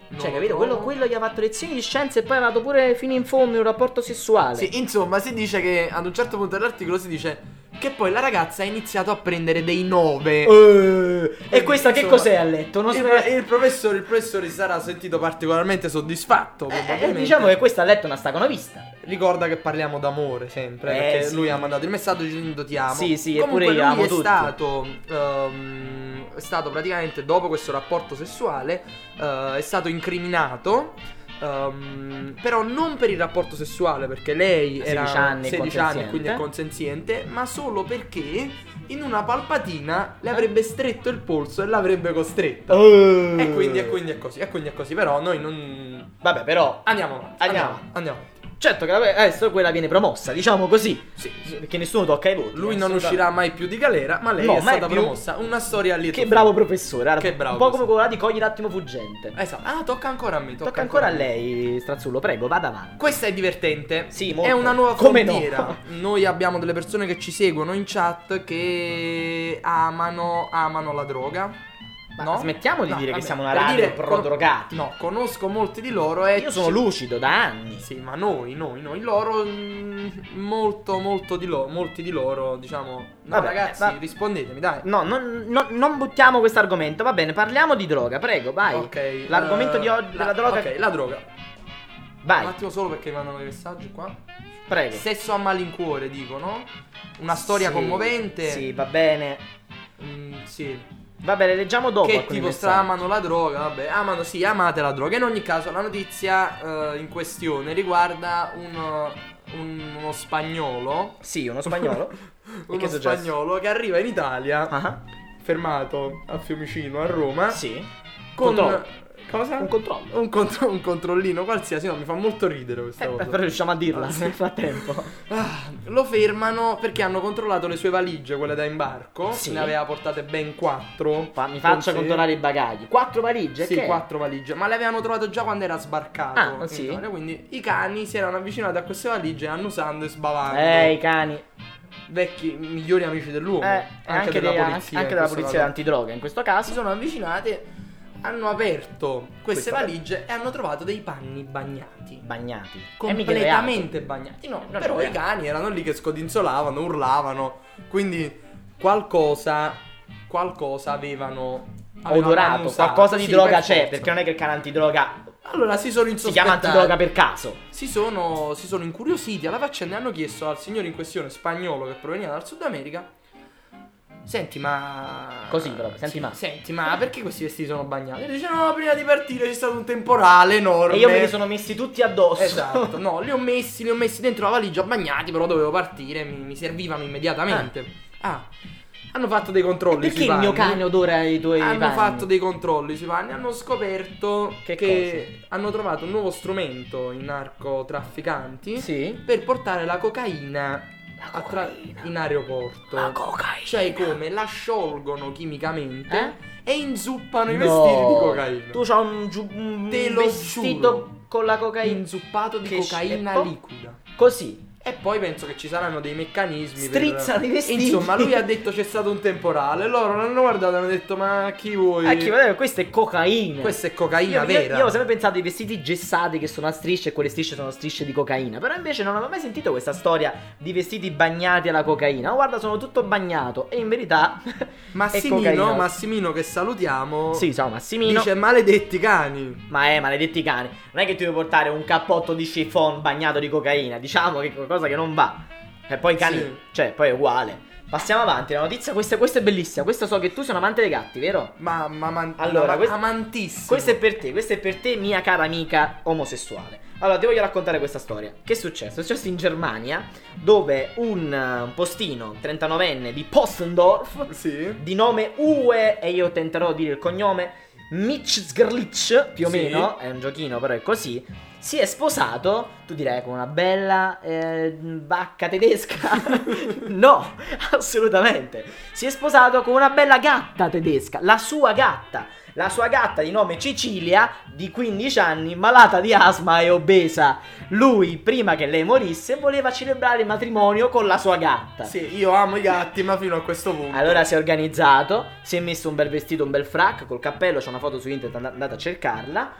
Non Cioè, lo capito? trovo. Quello, quello gli ha fatto lezioni di scienze e poi è andato pure fino in fondo in un rapporto sessuale. Sì, insomma, si dice che ad un certo punto dell'articolo si dice che poi la ragazza ha iniziato a prendere dei nove. Eh, e questa che Insomma, cos'è a letto? Non il, si- il professore, il professore si sarà sentito particolarmente soddisfatto. Eh, probabilmente. diciamo che questa a letto una stagonovista. Ricorda che parliamo d'amore sempre, Eh, perché sì. lui ha mandato il messaggio dicendo ti amo. Sì, sì, Comunque eppure io lui amo è tutti. stato ehm, è stato praticamente dopo questo rapporto sessuale eh, è stato incriminato. ehm, però non per il rapporto sessuale, perché lei era sedici anni, sedici anni e consenziente. quindi è consenziente, ma solo perché in una palpatina le avrebbe stretto il polso e l'avrebbe costretto. Eh. E quindi, e quindi è così, e quindi è così. Però noi non. Vabbè, però Andiamo avanti. Andiamo. Andiamo. andiamo. certo che adesso quella viene promossa, diciamo così. Sì, sì. Perché nessuno tocca i voti. Lui non assolutamente. uscirà mai più di galera, ma lei No, è mai stata più. promossa. Una storia a lieto Che fine. bravo professore. Guarda, Che bravo un po' come professore. quella di Cogli l'attimo fuggente. Esatto. Ah, tocca ancora a me. Tocca, Tocca ancora a me. lei, Strazzullo, prego, vada avanti. Questa è divertente. Sì, molto. È una nuova Come no? frontiera. Noi abbiamo delle persone che ci seguono in chat che amano, amano la droga. Ma no? smettiamo di No, dire che vabbè, siamo una per radio dire- pro drogati. No, conosco molti di loro e Io sono ci- lucido da anni. Sì, ma noi, noi, noi, loro, mm, molto, molto di loro, molti di loro, diciamo, no Vabbè, ragazzi, va- rispondetemi, dai. No, non, non- non buttiamo questo argomento, va bene, parliamo di droga, prego, vai. Ok. L'argomento eh, di oggi della la- droga. Ok, la droga. Vai, Un attimo solo perché mi mandano dei messaggi qua. prego. Sesso a malincuore, dicono. Una storia Sì, commovente. Sì, va bene. Mm, sì. Va bene, leggiamo dopo Che alcuni tipo messaggi. stra amano la droga, vabbè, amano, sì, amate la droga. In ogni caso, la notizia eh, in questione riguarda uno, un- uno spagnolo. Sì, uno spagnolo. E Uno che è successo? spagnolo che arriva in Italia, Ah, fermato a Fiumicino, a Roma. sì. Con Controllo. cosa? Un controllo. Un, contro- un controllino qualsiasi, no, mi fa molto ridere questa Eh, cosa. però riusciamo a dirla Ah, sì. nel frattempo. Ah, lo fermano perché hanno controllato le sue valigie, quelle da imbarco. Sì. Ne aveva portate ben quattro. Fa- mi con faccia sé. controllare i bagagli. Quattro valigie? Sì, che è? quattro valigie. Ma le avevano trovate già quando era sbarcato. Ah, in sì. Italia, quindi i cani si erano avvicinati a queste valigie annusando e sbavando. Eh, i cani. Vecchi migliori amici dell'uomo. Eh, anche, della dei- polizia. anche in della questo polizia caso. antidroga in questo Si caso. sono avvicinati, hanno aperto queste Questa- valigie e hanno trovato dei panni bagnati. Bagnati. Completamente bagnati. No, Non è però i reato. cani erano lì che scodinzolavano, urlavano. Quindi qualcosa, qualcosa avevano, avevano Odorato, annusato. qualcosa di Sì, droga per c'è, forza. perché non è che il cane antidroga Allora si sono si insospettati. chiama antidroga per caso. Si sono, si sono incuriositi alla faccenda e hanno chiesto al signore in questione, spagnolo che proveniva dal Sud America: Senti, ma. Così proprio, senti, ma. Senti, ma perché questi vestiti sono bagnati? E dice: No, prima di partire c'è stato un temporale enorme. E io me li sono messi tutti addosso. Esatto, no, li ho messi, li ho messi dentro la valigia bagnati, però dovevo partire, mi, mi servivano immediatamente. Ah. hanno fatto dei controlli Perché sui il mio panni. cane odora i tuoi Hanno panni? fatto dei controlli sui panni, hanno scoperto Che che, hanno trovato un nuovo strumento in narcotrafficanti Sì. per portare la cocaina, La attra- cocaina. in aeroporto. La cocaina. Cioè come la sciolgono chimicamente Eh? e inzuppano i No. vestiti di cocaina. Tu c'hai un, giu- un Te lo vestito giuro. con la cocaina. Inzuppato di Che cocaina scemo. liquida. Così. E poi penso che ci saranno dei meccanismi Strizzano per... i vestiti. Insomma, lui ha detto c'è stato un temporale. Loro l'hanno guardato e hanno detto: ma chi vuoi? Ah, chi vedeva, questa è cocaina. Questa è cocaina io, io, vera. io avevo sempre pensato ai vestiti gessati che sono a strisce e quelle strisce sono strisce di cocaina. Però invece non avevo mai sentito questa storia di vestiti bagnati alla cocaina. Oh, guarda, sono tutto bagnato. E in verità è Massimino, cocaina. Massimino che salutiamo. Sì, ciao Massimino. Dice: maledetti cani. Ma è maledetti cani. Non è che tu devi portare un cappotto di chiffon bagnato di cocaina. Diciamo che è qualcosa che non va. E poi i cani, Sì. cioè, poi è uguale. Passiamo avanti. La notizia, questa, questa è bellissima. Questa so che tu sei un amante dei gatti, vero? Ma, ma, ma Allora, ma- quest- amantissimo. Questo è per te, questo è per te, mia cara amica omosessuale. Allora, ti voglio raccontare questa storia. Che è successo? È successo in Germania, dove un, uh, un postino trentanovenne di Postendorf, Sì. di nome Uwe, e io tenterò di dire il cognome, Mitch Sgrlitsch, più o Sì. meno, è un giochino però è così, si è sposato, tu direi con una bella eh, vacca tedesca. No, assolutamente. Si è sposato con una bella gatta tedesca, la sua gatta. La sua gatta di nome Cecilia, di quindici anni, malata di asma e obesa. Lui, prima che lei morisse, voleva celebrare il matrimonio con la sua gatta. Sì, io amo i gatti, ma fino a questo punto. Allora si è organizzato, si è messo un bel vestito, un bel frac, col cappello, c'è una foto su internet, and- andate a cercarla.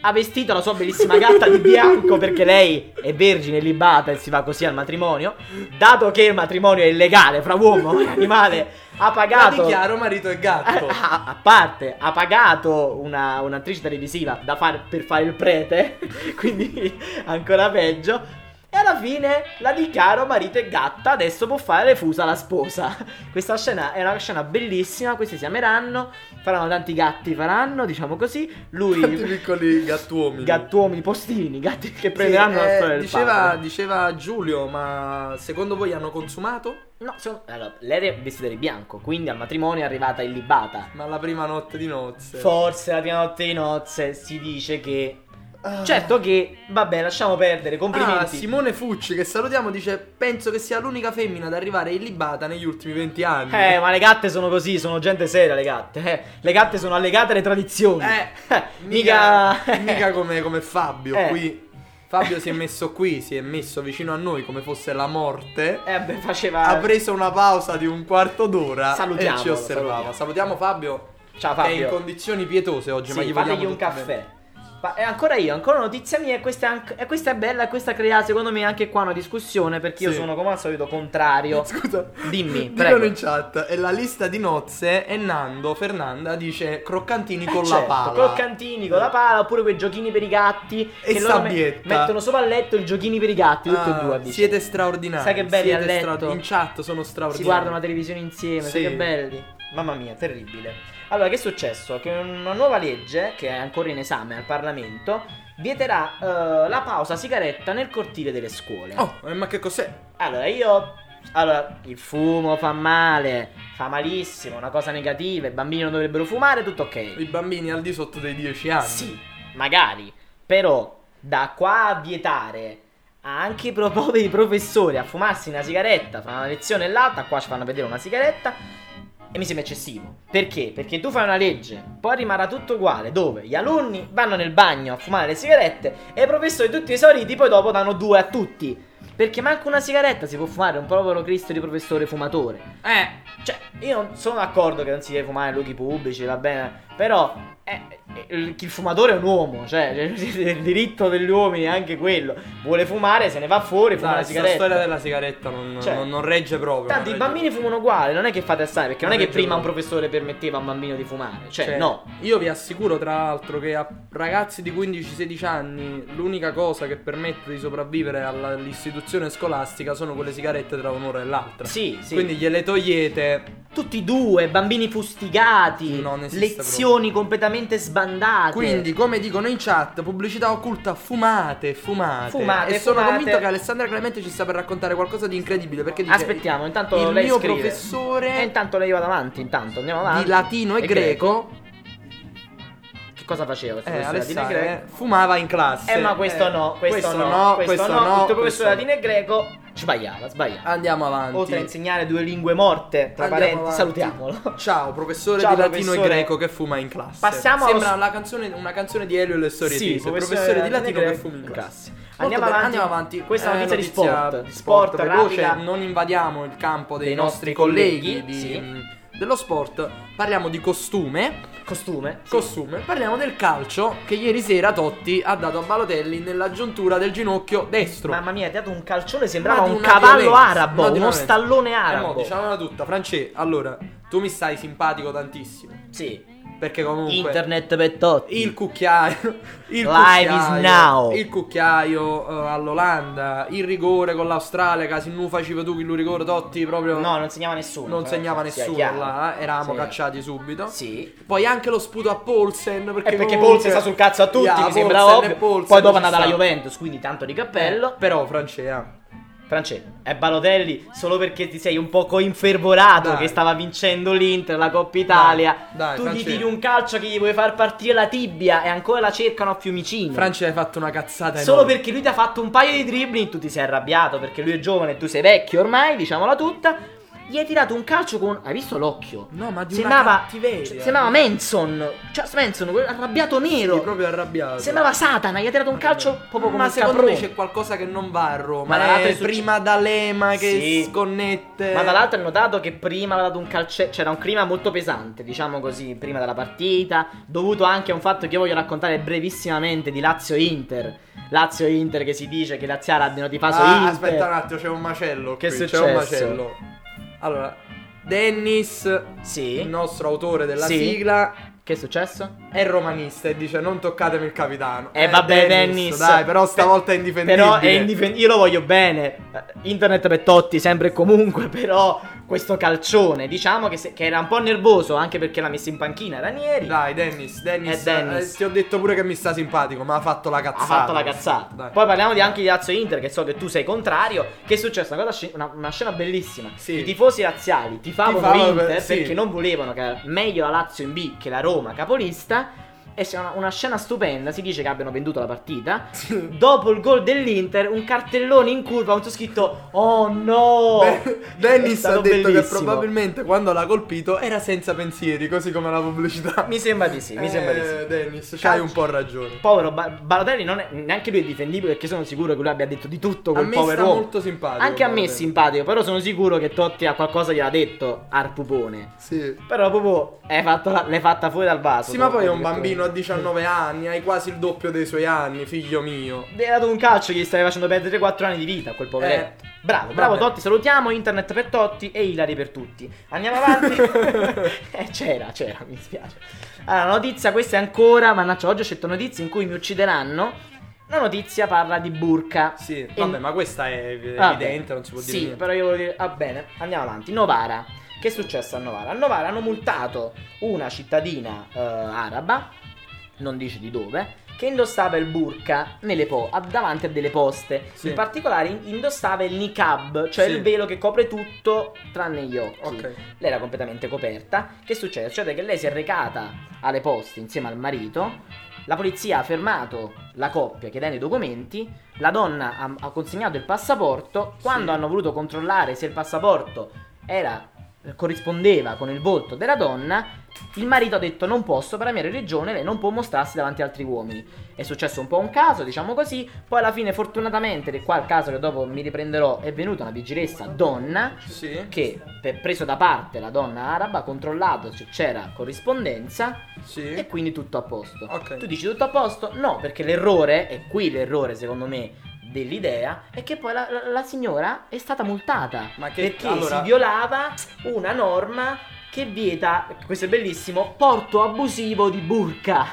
ha vestito la sua bellissima gatta di bianco perché lei è vergine, libata e si va così al matrimonio. Dato che il matrimonio è illegale fra uomo e animale, ha pagato... La dichiaro marito e gatto. A, a parte, ha pagato una, un'attrice televisiva da fare, per fare il prete, quindi ancora peggio. E alla fine la dichiaro marito e gatta, adesso può fare le fusa alla sposa. Questa scena è una scena bellissima, questi si ameranno, faranno tanti gatti, faranno, diciamo così. Lui... Tanti piccoli gattuomini. Gattuomini, postini, gatti che prenderanno Sì, la eh, storia del diceva, padre. diceva Giulio, ma secondo voi hanno consumato? No, sono- allora, lei è vestita di bianco, quindi al matrimonio è arrivata illibata. Ma la prima notte di nozze. Forse la prima notte di nozze si dice che... Certo che, vabbè, lasciamo perdere, Ah, complimenti. Simone Fucci, che salutiamo, dice: penso che sia l'unica femmina ad arrivare illibata negli ultimi venti anni. Eh, ma le gatte sono così, sono gente seria le gatte. Eh, le gatte sono allegate alle tradizioni. Eh, mica... mica, mica come, come Fabio Eh. qui. Fabio si è messo qui, si è messo vicino a noi come fosse la morte. Eh, beh, faceva... Ha preso una pausa di un quarto d'ora Salutiamolo, e ci osservava. salutiamo. Salutiamo Fabio, Ciao che è Fabio. in condizioni pietose oggi, ma Sì, gli fategli vogliamo un tutto caffè. bene. Ma è ancora io, ancora una notizia mia e questa è, anche, e questa è bella e questa crea secondo me anche qua una discussione perché io Sì. sono come al solito contrario. Scusa, Dimmi, dicono prego. in chat, e la lista di nozze e Nando Fernanda dice croccantini Eh, con certo, la pala. croccantini con la pala oppure quei giochini per i gatti E che loro me- sabbietta. mettono sopra al letto i giochini per i gatti, tutti Ah, e due a vicenda. siete straordinari. Sai che belli siete a letto. straordinari. In chat sono straordinari. Si guardano la televisione insieme, sai Sì. che belli. Mamma mia, terribile. Allora, che è successo? Che una nuova legge, che è ancora in esame al Parlamento, vieterà eh, la pausa sigaretta nel cortile delle scuole. Oh, eh, ma che cos'è? Allora, io... Allora, il fumo fa male, fa malissimo, è una cosa negativa, i bambini non dovrebbero fumare, tutto ok. I bambini al di sotto dei dieci anni. Sì, magari. Però, da qua a vietare anche i propri professori a fumarsi una sigaretta fra una lezione e l'altra, qua ci fanno vedere una sigaretta, e mi sembra eccessivo. Perché? Perché tu fai una legge, poi rimarrà tutto uguale, dove gli alunni vanno nel bagno a fumare le sigarette e i professori tutti esauriti poi dopo danno due a tutti. Perché manco una sigaretta si può fumare, un povero Cristo di professore fumatore. Eh, Cioè, io non sono d'accordo che non si deve fumare in luoghi pubblici, va bene. Però eh, eh, il, il fumatore è un uomo, cioè il diritto degli uomini è anche quello. Vuole fumare, se ne va fuori, fuma dai, la sta sigaretta. storia della sigaretta non, Cioè, non- non regge proprio. Tanto non i regge bambini fumano uguale, non è che fate assai, perché non, Non è che regge prima un proprio. professore permetteva a un bambino di fumare. Cioè, Cioè, no. Io vi assicuro tra l'altro che a ragazzi di quindici sedici anni l'unica cosa che permette di sopravvivere alla- all'istituzione scolastica sono quelle sigarette tra un'ora e l'altra. Sì, sì. Quindi gliele togliete. Tutti e due, bambini fustigati, Non esiste lezioni completamente sbandate. Quindi, come dicono in chat, pubblicità occulta, fumate, fumate. Fumate, E sono fumate. convinto che Alessandra Clemente ci sta per raccontare qualcosa di incredibile. Perché dice: Aspettiamo, intanto il lei mio scrive. professore E intanto lei va avanti, intanto andiamo avanti. di latino e, E greco, Che cosa faceva? questo eh, professore di latino e Alessandra, greco? fumava in classe. Eh, ma questo Eh, no, questo, questo no, no, questo, questo no. no, Il tuo questo professore no. latino e greco sbagliava, sbagliava. Andiamo avanti. Oltre a insegnare due lingue morte, tra Andiamo parenti, avanti. salutiamolo. Ciao, professore Ciao, di latino professore. e greco che fuma in classe. Passiamo Sembra allo- la canzone, una canzone di Elio e le storie Sì, tese. professore Professore di di latino latino che e fuma in in classe. classe. Molto Andiamo bene, avanti. andiamo avanti. Questa è una notizia di notizia sport, di sport veloce. rapida. Non invadiamo il campo dei, Dei nostri nostri colleghi, colleghi, di- sì. dello sport. Parliamo di costume. Costume. sì. Costume. Parliamo del calcio che ieri sera Totti ha dato a Balotelli nella giuntura del ginocchio destro. Mamma mia, ti ha dato un calcione, sembrava Ma di un una cavallo violenza, arabo, ma di una uno violenza. stallone Eh, arabo. mo, diciamola tutta, Francesco. Allora, tu mi stai simpatico tantissimo. Sì. Perché comunque Internet per Totti. il cucchiaio, il Live cucchiaio, is now. il cucchiaio eh, all'Olanda, il rigore con l'Australia, che se non facevi tu che lo rigore Totti proprio No, non segnava nessuno. non però, segnava sia nessuno chiaro. là, eh, eravamo Sì. cacciati subito. Sì. Poi anche lo sputo a Paulsen, perché, Eh, perché comunque- Paulsen sta sul cazzo a tutti, Yeah, mi sembra Paulsen ovvio. e Paulsen Poi dopo è ci andata alla sta. Juventus, quindi tanto di cappello. Eh, però Francesca, Francesco, è Balotelli solo perché ti sei un poco infervorato Dai. che stava vincendo l'Inter, la Coppa Italia. Dai, dai, tu Francesco. gli tiri un calcio che gli vuoi far partire la tibia e ancora la cercano a Fiumicino. Francia hai fatto una cazzata Solo enorme. perché lui ti ha fatto un paio di dribbling, tu ti sei arrabbiato perché lui è giovane e tu sei vecchio ormai, diciamola tutta. gli hai tirato un calcio con... Hai visto l'occhio? No, ma di sembrava, una cattiveria. cioè, sembrava Manson. Cioè Manson, quello arrabbiato nero. Sì, proprio arrabbiato. Sembrava Satana, gli ha tirato un calcio proprio come Ma un secondo caprone. me c'è qualcosa che non va a Roma. Ma Ma dall'altro è è succe- prima D'Alema che Sì. sconnette. Ma dall'altro hai notato che prima aveva dato un calcio, c'era un clima molto pesante, diciamo così, prima della partita, dovuto anche a un fatto che io voglio raccontare brevissimamente di Lazio-Inter. Lazio-Inter che si dice che i laziali abbiano tifaso Ah, Inter. aspetta un attimo, c'è un macello. Che è qui, C'è successo? un macello. Allora, Dennis, Sì. il nostro autore della Sì. sigla, Che è successo? è romanista e dice non toccatemi il capitano. Eh, vabbè, Dennis. Dai, però stavolta è indifendibile. Però è indifendibile. Io lo voglio bene. Eh, Internet per Totti, sempre e comunque. Però questo calcione, diciamo che, se- che era un po' nervoso, anche perché l'ha messo in panchina Ranieri. Dai, Dennis, Dennis, È Dennis. eh, ti ho detto pure che mi sta simpatico, ma ha fatto la Ha cazzata. fatto la cazzata. Dai. Poi parliamo di anche di Lazio Inter, che so che tu sei contrario. Che è successo? Una, cosa sci- una, una scena bellissima. Sì. I tifosi laziali tifavano Tifavano Inter per- sì. perché non volevano che era meglio la Lazio in B che la Roma capolista. E c'è una, una scena stupenda. Si dice che abbiano venduto la partita. Dopo il gol dell'Inter, un cartellone in curva con su scritto "Oh no!" De- Dennis È stato ha detto bellissimo. che probabilmente quando l'ha colpito era senza pensieri, così come la pubblicità. Mi sembra di sì, mi Eh, sembra di sì. Dennis, c'hai Calcio. un po' ragione. Povero ba- Balotelli non è neanche lui è difendibile, perché sono sicuro che lui abbia detto di tutto A quel me povero sta uomo. molto simpatico. Anche a me è Balotelli. simpatico, però sono sicuro che Totti a qualcosa gliel'ha detto al pupone. Sì. Però proprio hai fatto la- l'hai fatta fuori dal vaso. Sì, ma poi è un Totti, perché- bambino a diciannove anni, hai quasi il doppio dei suoi anni, figlio mio. Gli hai dato un calcio che gli stavi facendo perdere quattro anni di vita a quel poveretto. Eh, bravo, bravo vabbè. Totti, salutiamo Internet per Totti e Ilari per tutti. Andiamo avanti. eh, c'era, c'era, mi spiace. Allora, notizia, questa è ancora, mannaggia, oggi ho scelto notizie in cui mi uccideranno. La notizia parla di burka. Sì, E- vabbè, ma questa è ev- Vabbè, evidente, non si può dire Sì, niente. però io voglio dire, va bene, andiamo avanti. Novara. Che è successo a Novara? A Novara hanno multato una cittadina eh, araba, non dice di dove, che indossava il burka nelle po- a- davanti a delle poste. Sì. In particolare in- indossava il niqab, cioè Sì. il velo che copre tutto tranne gli occhi. Ok. Lei era completamente coperta. Che succede? Succede che lei si è recata alle poste insieme al marito. La polizia ha fermato la coppia chiedendo i documenti. La donna ha, ha consegnato il passaporto. Quando Sì. hanno voluto controllare se il passaporto era corrispondeva con il volto della donna, il marito ha detto non posso, per la mia religione lei non può mostrarsi davanti a altri uomini. È successo un po' un caso, diciamo così. Poi alla fine fortunatamente, ed è qua il caso che dopo mi riprenderò, è venuta una vigilessa donna Sì. che, per- preso da parte la donna araba, ha controllato se c'era corrispondenza Sì. e quindi tutto a posto. Ok. Tu dici tutto a posto? No, perché l'errore, e qui l'errore secondo me dell'idea, è che poi la, la- la signora è stata multata. Ma che- perché allora- si violava una norma che vieta, questo è bellissimo, porto abusivo di burka.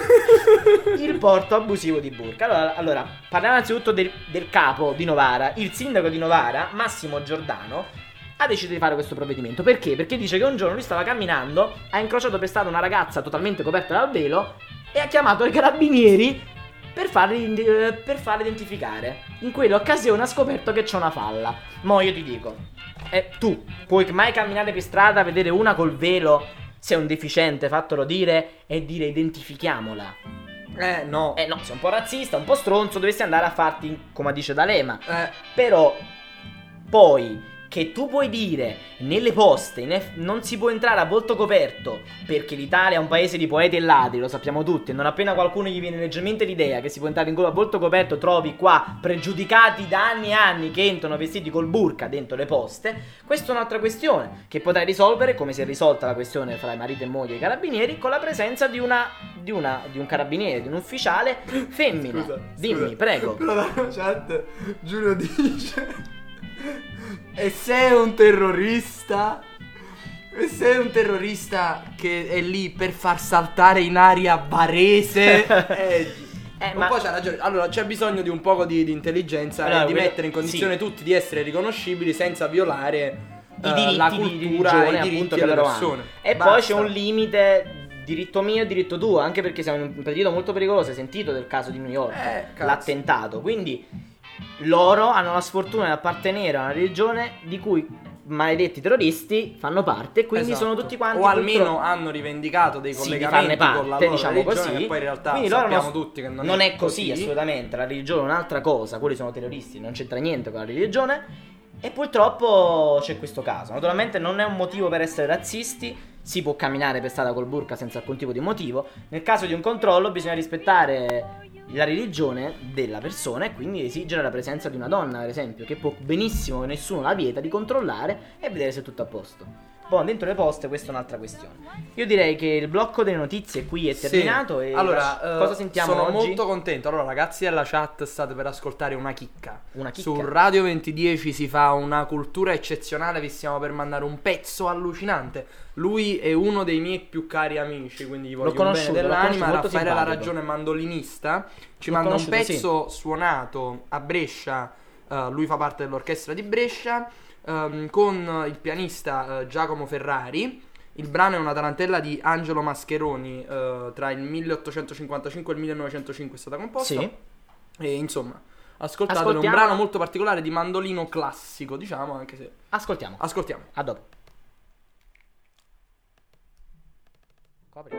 Il porto abusivo di burka. Allora, allora parliamo innanzitutto del, del capo di Novara. Il sindaco di Novara, Massimo Giordano, ha deciso di fare questo provvedimento. Perché? Perché dice che un giorno lui stava camminando, ha incrociato per strada una ragazza totalmente coperta dal velo e ha chiamato i carabinieri per farli, eh, per farli identificare. In quell'occasione ha scoperto che c'è una falla. Mo' io ti dico, eh, tu puoi mai camminare per strada, vedere una col velo, sei un deficiente, fatelo dire, e dire identifichiamola. Eh, no. Eh no, sei un po' razzista, un po' stronzo, dovresti andare a farti, come dice D'Alema. Eh, Però poi che tu puoi dire nelle poste in eff- non si può entrare a volto coperto perché l'Italia è un paese di poeti e ladri, lo sappiamo tutti, e non appena qualcuno gli viene leggermente l'idea che si può entrare in a volto coperto, trovi qua pregiudicati da anni e anni che entrano vestiti col burka dentro le poste. Questa è un'altra questione che potrai risolvere, come si è risolta la questione fra i marito e moglie e i carabinieri, con la presenza di una di una di un carabiniere, di un ufficiale femmina. Scusa, Dimmi, scusa. prego. Però la chat Giulio dice e sei un terrorista? E sei un terrorista che è lì per far saltare in aria Varese? eh, Eh, un ma- po' c'ha ragione. Allora c'è bisogno di un poco di, di intelligenza Allora, e di quello- mettere in condizione sì. tutti di essere riconoscibili senza violare I eh, diritti la di cultura religione, e i appunto, diritti che delle loro hanno. persone. E Basta. poi c'è un limite diritto mio e diritto tuo, anche perché siamo in un periodo molto pericoloso. Hai sentito del caso di New York, Eh, cazzo. l'attentato. Quindi loro hanno la sfortuna di appartenere a una religione di cui maledetti terroristi fanno parte, e quindi Esatto. sono tutti quanti o almeno purtroppo- hanno rivendicato dei sì, di collegamenti farne con la parte, loro diciamo religione, così. che poi in realtà Quindi loro sappiamo non- tutti che non, non è è così, assolutamente. La religione è un'altra cosa, quelli sono terroristi, non c'entra niente con la religione. E purtroppo c'è questo caso. Naturalmente non è un motivo per essere razzisti, si può camminare per strada col burka senza alcun tipo di motivo. Nel caso di un controllo bisogna rispettare la religione della persona e quindi esigere la presenza di una donna, per esempio, che può benissimo, che nessuno la vieta, di controllare e vedere se è tutto a posto. Poi dentro le poste questa è un'altra questione. Io direi che il blocco delle notizie qui è terminato. Sì. E allora, cosa sentiamo sono oggi? molto contento. Allora, ragazzi della chat, state per ascoltare una chicca. Una chicca? Su Radio venti dieci si fa una cultura eccezionale. Vi stiamo per mandare un pezzo allucinante. Lui è uno dei miei più cari amici, quindi gli voglio un bene dell'anima. Raffaele La Ragione, mandolinista, ci L'ho manda un pezzo sì. suonato a Brescia. Uh, lui fa parte dell'orchestra di Brescia. Um, con il pianista uh, Giacomo Ferrari. Il brano è una tarantella di Angelo Mascheroni, uh, tra il milleottocentocinquantacinque e il millenovecentocinque è stata composta. Sì. E insomma, ascoltatelo, è un Ascoltiamo. brano molto particolare di mandolino classico, diciamo, anche se... Ascoltiamo. Ascoltiamo. A dopo. Copri.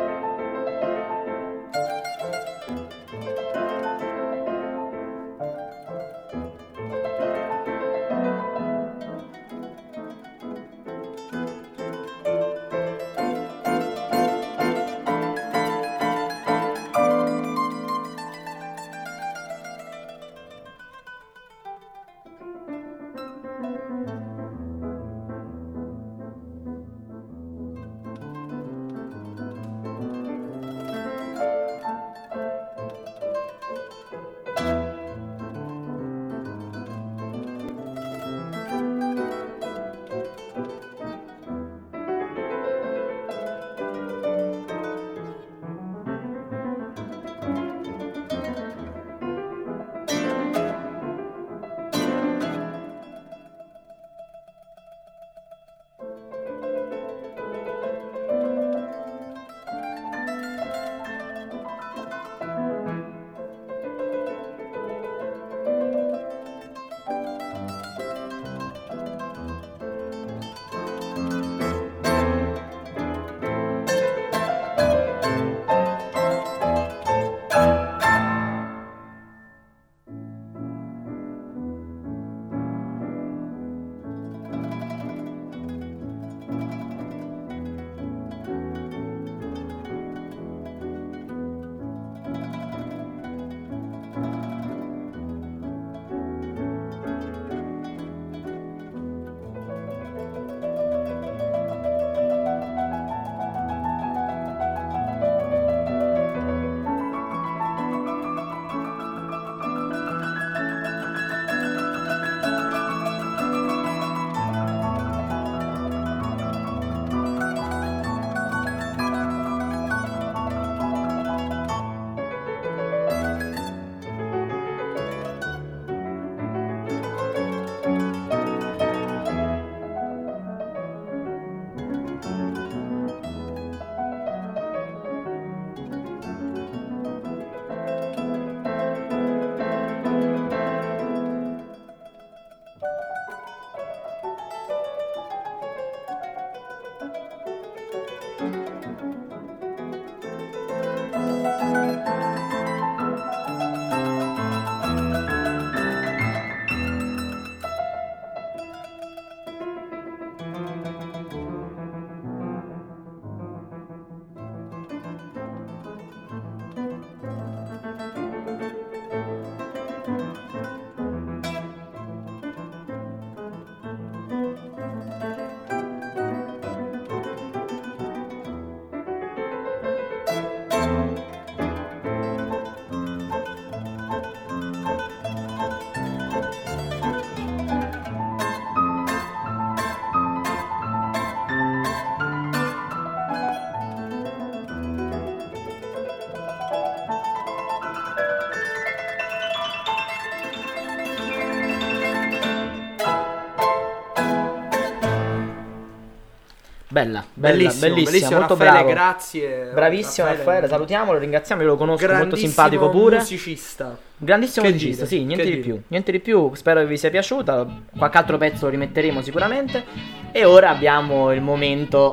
Bella, bella, Bellissimo, bellissima, bellissimo, molto Raffaele, bravo. grazie. Bravissimo Raffaele, salutiamolo, lo ringraziamo, io lo conosco, molto Grandissimo simpatico pure. musicista. Grandissimo Che musicista, dire, sì, niente che di dire. più. Niente di più, spero che vi sia piaciuta. Qualche altro pezzo lo rimetteremo sicuramente. E ora abbiamo il momento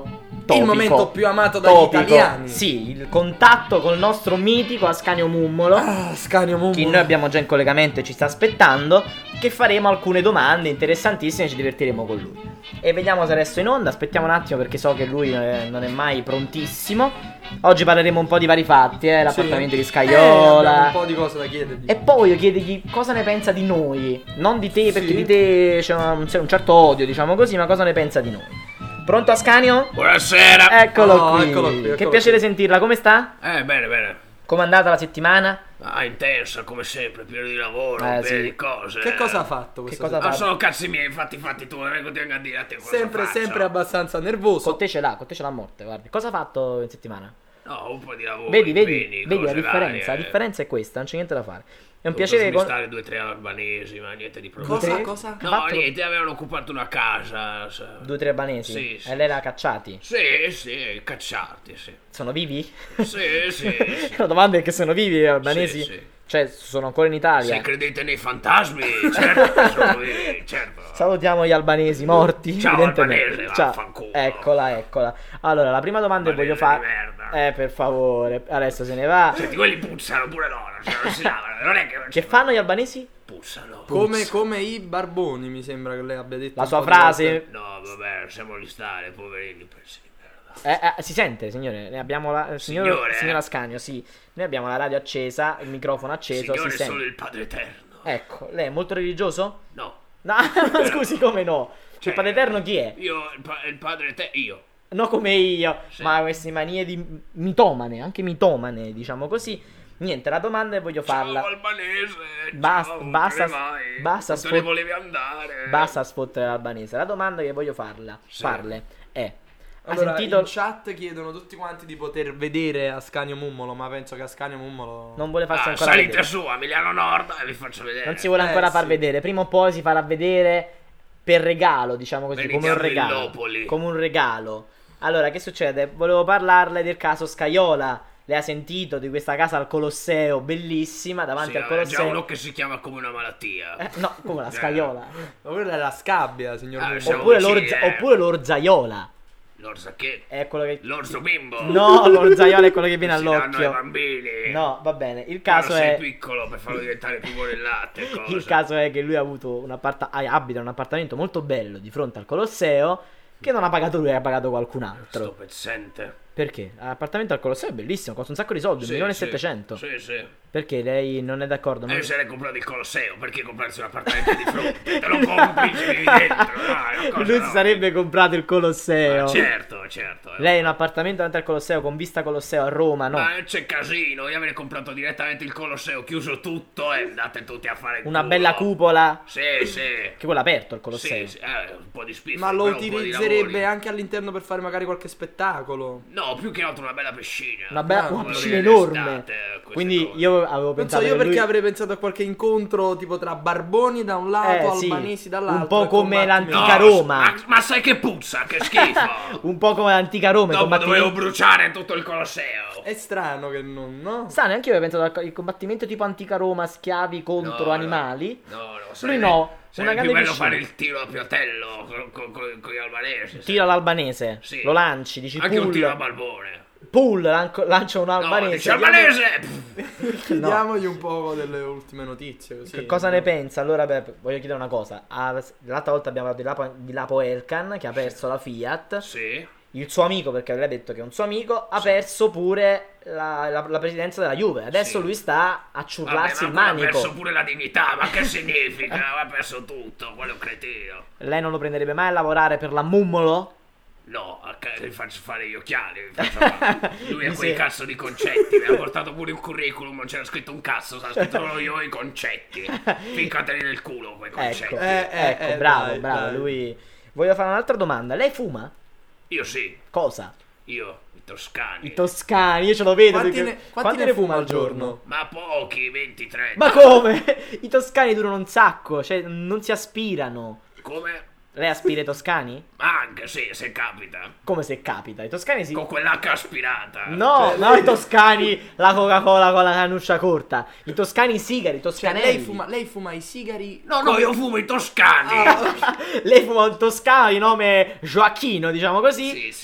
topico, momento più amato dagli topico. italiani. Sì, il contatto col nostro mitico Ascanio Mummolo. Ah, Ascanio Mummolo. Che noi abbiamo già in collegamento e ci sta aspettando. Che faremo alcune domande interessantissime e ci divertiremo con lui. E vediamo se resto in onda. Aspettiamo un attimo perché so che lui eh, non è mai prontissimo. Oggi parleremo un po' di vari fatti, eh, l'appartamento Sì. di Scaiola. Eh, abbiamo un po' di cose da chiedergli. E poi voglio chiedergli cosa ne pensa di noi. Non di te, perché Sì. di te c'è un, c'è un certo odio, diciamo così, ma cosa ne pensa di noi. Pronto Ascanio? Buonasera. Eccolo, Oh, qui. eccolo qui, Che eccolo piacere qui. sentirla, come sta? Eh, bene, bene. Com'è andata la settimana? Ah, intensa come sempre, pieno di lavoro, Eh, pieno sì. di cose. Che cosa ha fatto questa cosa Ah, fa? sono cazzi miei, infatti, fatti tu, vengo a dire a te cosa Sempre, faccio. sempre abbastanza nervoso. Con te ce l'ha, con te ce l'ha a morte, guardi. Cosa ha fatto in settimana? No, un po' di lavoro. Vedi, vedi, impegni, vedi la cose differenza. La varie. differenza è questa, non c'è niente da fare. È un Ho piacere dovuto con... smistare due o tre albanesi, ma niente di Cosa, problema. tre- cosa? No, Fatto- niente, avevano occupato una casa. sa. Due o tre albanesi. Sì, sì. E lei l'ha cacciati. Sì, sì, cacciarti, sì. Sono vivi? Sì, sì, sì. La domanda è che sono vivi gli albanesi? Sì, sì. Cioè, sono ancora in Italia. Se credete nei fantasmi, certo che sono vivi, certo. Salutiamo gli albanesi morti. Ciao, evidentemente. albanese, Ciao. vaffanculo. Eccola, eccola. Allora, la prima domanda che voglio Albanese fare. di merda. Eh, per favore, adesso se ne va. Senti, quelli puzzano pure loro, cioè non si lavano, non è che... Che fanno gli albanesi? Puzzano. Come, come i barboni, mi sembra che lei abbia detto. La un sua po' di frase. volte. No, vabbè, siamo lì stare, poverini, pensi di merda. Eh, eh, si sente, signore? Ne abbiamo la. Signor, Signore, eh? signor Ascanio, sì. Noi abbiamo la radio accesa, il microfono acceso. Signore, si sente. solo il Padre Eterno. Ecco, lei è molto religioso? No. No, ma scusi, come no? Cioè, il Padre Eterno chi è? Io, il, pa- il Padre Eterno, io. No, come io. Sì. Ma queste manie di mitomane, anche mitomane, diciamo così. Niente, la domanda che voglio farla. Ciao albanese, Basta, ciao, basta, come mai? basta, Non te sfot- ne volevi andare. Basta sfottere l'albanese. La domanda che voglio farla, Sì. farle è: ha Allora, sentito? in chat chiedono tutti quanti di poter vedere Ascanio Mummolo, ma penso che Ascanio Mummolo Non vuole farsi Ah, ancora salite vedere. su a Milano Nord e vi faccio vedere. Non si vuole Eh, ancora far sì. vedere. Prima o poi si farà vedere per regalo, diciamo così, Venite come un a regalo. Villopoli. Come un regalo. Allora, che succede? Volevo parlarle del caso Scaiola. Lei ha sentito di questa casa al Colosseo, bellissima, davanti Sì, al è Colosseo. già uno che si chiama come una malattia. Eh, no, come la Eh. Scaiola. Ma quella è la scabbia, signor Ah, Mummolo. siamo Oppure, vicini, l'orza- eh. oppure l'orzaiola. L'orsa che? È quello che. L'orso bimbo. No, l'orzaiola è quello che viene Si danno ai all'occhio. bambini. No, va bene. Il Quando caso sei è. piccolo per farlo diventare più buono il latte. Cosa. Il caso è che lui ha avuto un apparta- ah, abita in un appartamento molto bello di fronte al Colosseo. Che non ha pagato lui, ha pagato qualcun Sto altro. pezzente. Perché? L'appartamento al Colosseo è bellissimo, costa un sacco di soldi, un Sì, milione e sì. settecento. Sì, sì. Perché lei non è d'accordo? E Non- io se l'hai comprato il Colosseo, perché comprarsi un appartamento di fronte? Te lo compri, ci vivi dentro. Dai, una cosa Lui si no. sarebbe comprato il Colosseo. Ah, certo, certo. eh. Lei ha un appartamento davanti al Colosseo con vista Colosseo a Roma, no? Ma c'è casino, io avrei comprato direttamente il Colosseo, chiuso tutto e andate tutti a fare il Una culo. bella cupola. Sì, sì. Che quello è aperto il Colosseo. Sì, sì, eh, un po' di spifferi, Ma lo però un po' di utilizzerebbe lavori. anche all'interno per fare magari qualche spettacolo. No, più che altro una bella piscina. Una bella Ah, una quello piscina che enorme. d'estate, queste Quindi cose. io avevo Penso pensato io che perché lui... avrei pensato a qualche incontro tipo tra barboni da un lato, Eh, sì. albanesi dall'altro. Un po' e come combattimenti. l'antica No, Roma. Ma, ma sai che puzza, che schifo. Un po' come l'antica Roma. i Dopo combattimenti- dovevo bruciare tutto il Colosseo. È strano che non, no? Sa, neanche io avevo pensato al il combattimento tipo antica Roma, schiavi contro No, animali. No, no, Lui sarebbe- no, sarebbe una più grande bello piscina. fare il tiro a piatello con, con, con, con gli albanesi. sai. Tiro all'albanese, Sì. lo lanci, dici Anche un tiro a pull. barbone. Pull, lanco- lancia un No, albanese. dici albanese! Pff, Chiediamogli un po' delle ultime notizie così. Che cosa ne pensa? Allora, beh, voglio chiedere una cosa. Ah, l'altra volta abbiamo parlato di Lapo, di Lapo Elkan, che ha perso la Fiat. Sì. Il suo amico, perché lei ha detto che è un suo amico, ha perso pure la, la- la presidenza della Juve. Adesso Sì. lui sta a ciurlarsi Vabbè, il ma ha manico. perso pure la dignità, ma che significa? Ha perso tutto, quello è un cretino. Lei non lo prenderebbe mai a lavorare per la Mummolo? No, a ca- gli faccio fare gli occhiali. gli faccio fare. Lui ha Mi quei sì. cazzo di concetti. Mi ha portato pure un curriculum, non c'era scritto un cazzo, c'era scritto solo io i concetti. Ficcateli nel culo quei concetti. Ecco, Eh, eh, ecco, eh, bravo, dai, bravo. dai. Lui. Voglio fare un'altra domanda. Lei fuma? Io sì, Cosa? io, i toscani. I toscani, io ce lo vedo. Quanti perché- ne, quanti ne fuma al giorno? Ma pochi, venti, trenta. Ma come? I toscani durano un sacco, cioè non si aspirano. Come? Lei aspira i toscani? Ma anche sì, se capita. Come se capita. I toscani si... Con quell'H aspirata. No, Cioè, no, lei- i toscani, la Coca-Cola con la cannuccia corta. I toscani i sigari, i Cioè, toscanelli. lei fuma, lei fuma i sigari. No, no, io fumo i toscani. Lei fuma un toscano di nome Gioacchino, diciamo così. Sì, sì.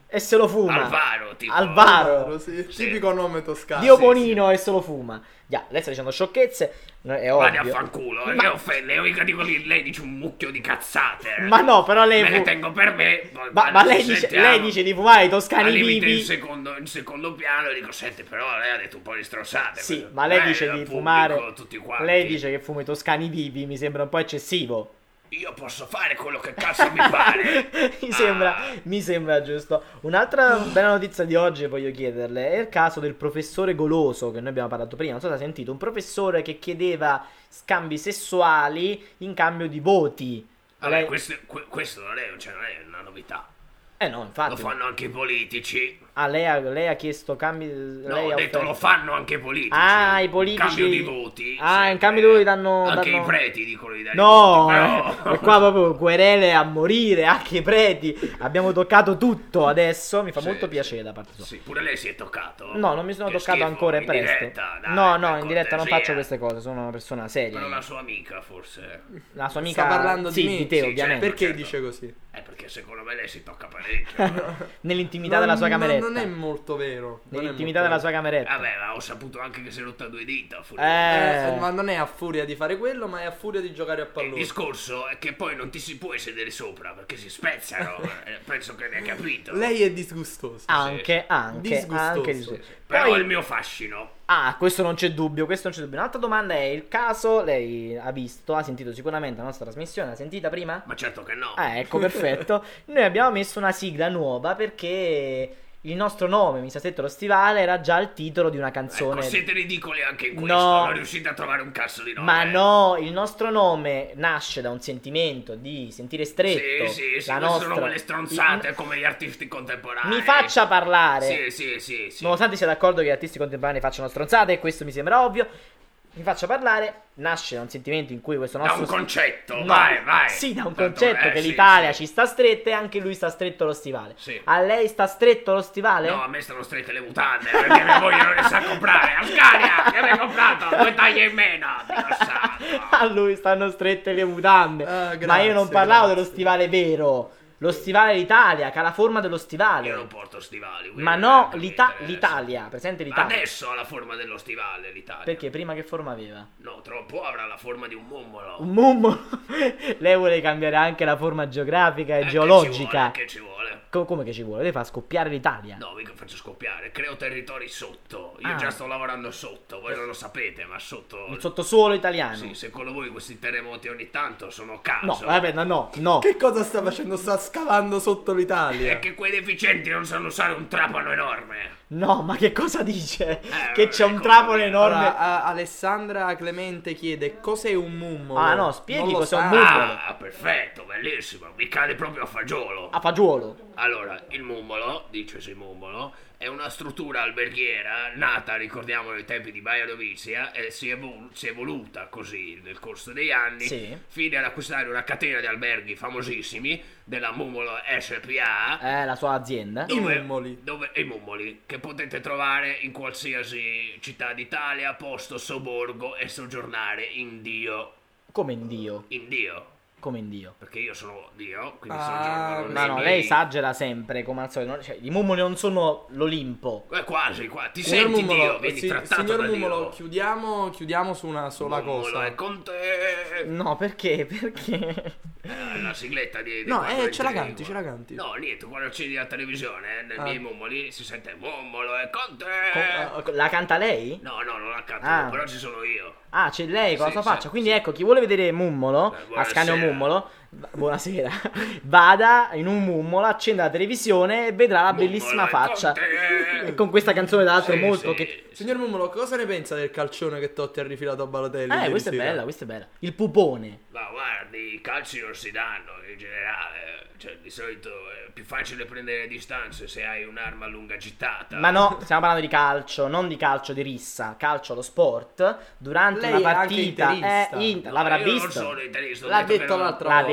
e se lo fuma. Alvaro, tipo. Alvaro. Sì, Sì. tipico nome toscano. Dio Bonino e se lo fuma. Già, lei sta dicendo sciocchezze. no, È Vadi a ovvio. fanculo, eh, Ma- che offende. Io mica dico lì, lei dice un mucchio di cazzate. eh. Ma no, però lei Me le fu- tengo per me. poi Ma, quando ma ci lei, dice, sentiamo, lei dice di fumare i al toscani limite in vivi. secondo, in secondo piano e dico, senti, però lei ha detto un po' di stronzate. Sì, per- ma lei eh, dice al di pubblico, fumare. tutti quanti. Lei dice che fuma i toscani vivi. Mi sembra un po' eccessivo. Io posso fare quello che cazzo mi pare. mi, sembra, Ah. mi sembra giusto. Un'altra bella notizia di oggi voglio chiederle è il caso del professore goloso che noi abbiamo parlato prima. Non so se ha sentito, un professore che chiedeva scambi sessuali in cambio di voti. Vabbè, Lei- questo, que- questo non, è, cioè, non è una novità. Eh no, Lo infatti. fanno anche i politici. Ah, lei ha, lei ha chiesto cambi. No, lei ho ha detto offerto- lo fanno anche i politici. Ah, i In politici. cambio di voti. Ah, in sempre. cambio di voti danno- Anche danno- i preti dicono di dare No, i voti, eh, però... e qua proprio querele a morire, anche i preti. Abbiamo toccato tutto adesso. Mi fa Sì, molto sì. piacere da parte sua. Sì, pure lei si è toccato. No, non mi sono Che toccato schifo, ancora, è in presto. diretta, dai, no, no, per in diretta non cortesia. faccio queste cose, sono una persona seria. Però la sua amica, forse. La sua amica Sta parlando sì, di me? di te, Sì, ovviamente. Perché certo. dice così? Eh, perché secondo me lei si tocca parecchio. Nell'intimità della sua Non- cameretta. Non è molto vero. non è Nell'intimità molto della vero. sua cameretta. Vabbè, ma ho saputo anche che si è rotta due dita. Fuori. Eh. Eh, ma non è a furia di fare quello, ma è a furia di giocare a Il pallone. discorso è che poi non ti si può sedere sopra perché si spezzano. eh, Penso che ne hai capito. Lei è disgustosa. Anche, anche, Disgustoso. anche Sì, dis- sì. Però Poi- è il mio fascino. Ah, questo non c'è dubbio, questo non c'è dubbio. Un'altra domanda è il caso, lei ha visto, ha sentito sicuramente la nostra trasmissione, l'ha sentita prima? Ma certo che no. Ah, ecco, perfetto. Noi abbiamo messo una sigla nuova perché il nostro nome, Mi sta stretto lo stivale, era già il titolo di una canzone. Ecco, siete ridicoli anche in questo. No. Non riuscite a trovare un cazzo di nome. Ma no, il nostro nome nasce da un sentimento di sentire stretto. Sì, sì, sì, la queste nostra... sono quelle stronzate come gli artisti contemporanei. Mi faccia parlare. Sì, sì, sì, sì. Nonostante sia d'accordo che gli artisti contemporanei facciano stronzate, e questo mi sembra ovvio, mi faccia parlare, nasce da un sentimento in cui questo Da nostro... un concetto, No, vai, vai. Sì, da un Tanto- concetto eh, che sì, l'Italia sì. ci sta stretta e anche lui sta stretto lo stivale. Sì. A lei sta stretto lo stivale? No, a me stanno strette le mutande perché mia moglie non le sa comprare. Ascaria, che mi hai comprato? Due taglie in meno. Dio santo. A lui stanno strette le mutande. Ah, grazie, Ma io non parlavo grazie. dello stivale vero. Lo stivale d'Italia, che ha la forma dello stivale. Io non porto stivali. quindi Ma no, neanche mi l'Ita- interessa. l'Italia, presente l'Italia. Adesso ha la forma dello stivale l'Italia. Perché prima che forma aveva? No, troppo avrà la forma di un mummolo. Un mummolo. Lei vuole cambiare anche la forma geografica e Eh, geologica. Che ci vuole? Che ci vuole? Co- come che ci vuole? Lei fa scoppiare l'Italia. No, mica faccio scoppiare, creo territori sotto. Io Ah. già sto lavorando sotto, voi non lo sapete, ma sotto. Il sottosuolo italiano. Sì, secondo voi questi terremoti ogni tanto sono caso. No, vabbè, no, no, no. Che cosa sta facendo? Sta scavando sotto l'Italia. È che quei deficienti non sanno usare un trapano enorme. No, ma che cosa dice? Eh, che c'è un ecco, trapano enorme. Allora, a- Alessandra Clemente chiede cos'è un mummolo. Ah, no, spieghi Non lo cos'è un sa. mummolo. Ah, perfetto, bellissimo. Mi cade proprio a fagiolo. A fagiolo. Allora, il mummolo, dicesi mummolo, è una struttura alberghiera nata, ricordiamo, nei tempi di Baia Domizia e si è, evol- si è evoluta così nel corso degli anni Sì. fino ad acquistare una catena di alberghi famosissimi della Mummolo S P A. Eh, la sua azienda. I mummoli. Dove, I mummoli, che potete trovare in qualsiasi città d'Italia, posto, sobborgo e soggiornare in Dio. Come in Dio. In Dio. Come in Dio. Perché io sono Dio, quindi Ah, soggiorno No, nei no, miei- lei esagera sempre, come al solito. Cioè, i mummoli non sono l'Olimpo. Eh, quasi, qua. Ti Signor senti Mummolo, Dio, vieni sì, trattato signor da Mummolo, Dio. chiudiamo, chiudiamo su una sola Mummolo cosa. è con te. No, perché? Perché? Eh, la sigletta di, di No, quando eh, ce la entri canti, qua. ce la canti. No, niente, quando accendi la televisione, eh, nei Ah. miei mummoli si sente Mummolo è con te. Co- la canta lei? No, no, non la canto, Ah. però ci sono io. Ah, c'è lei con la Sì, sua sì, faccia. Quindi sì. ecco, chi vuole vedere Mummolo, Eh, a buonasera. Scanio Mummolo, b- buonasera, vada in un mummolo, accenda la televisione e vedrà la Mummolo bellissima è faccia. con te. E con questa canzone, tra l'altro, Sì, molto sì, che... sì. Signor Mummolo, cosa ne pensa del calcione che Totti ha rifilato a Balotelli? Eh, ieri questa è sera? bella, questa è bella. Il pupone. Ma guardi, i calci non si danno in generale. Cioè, di solito è più facile prendere le distanze se hai un'arma a lunga gittata. Ma no, stiamo parlando di calcio, non di calcio di rissa, calcio lo sport. Durante Lei una è anche partita interista. eh, Inter- No, l'avrà io non visto. sono interista, ho L'ha detto che detto non- l'altra L'ha volta.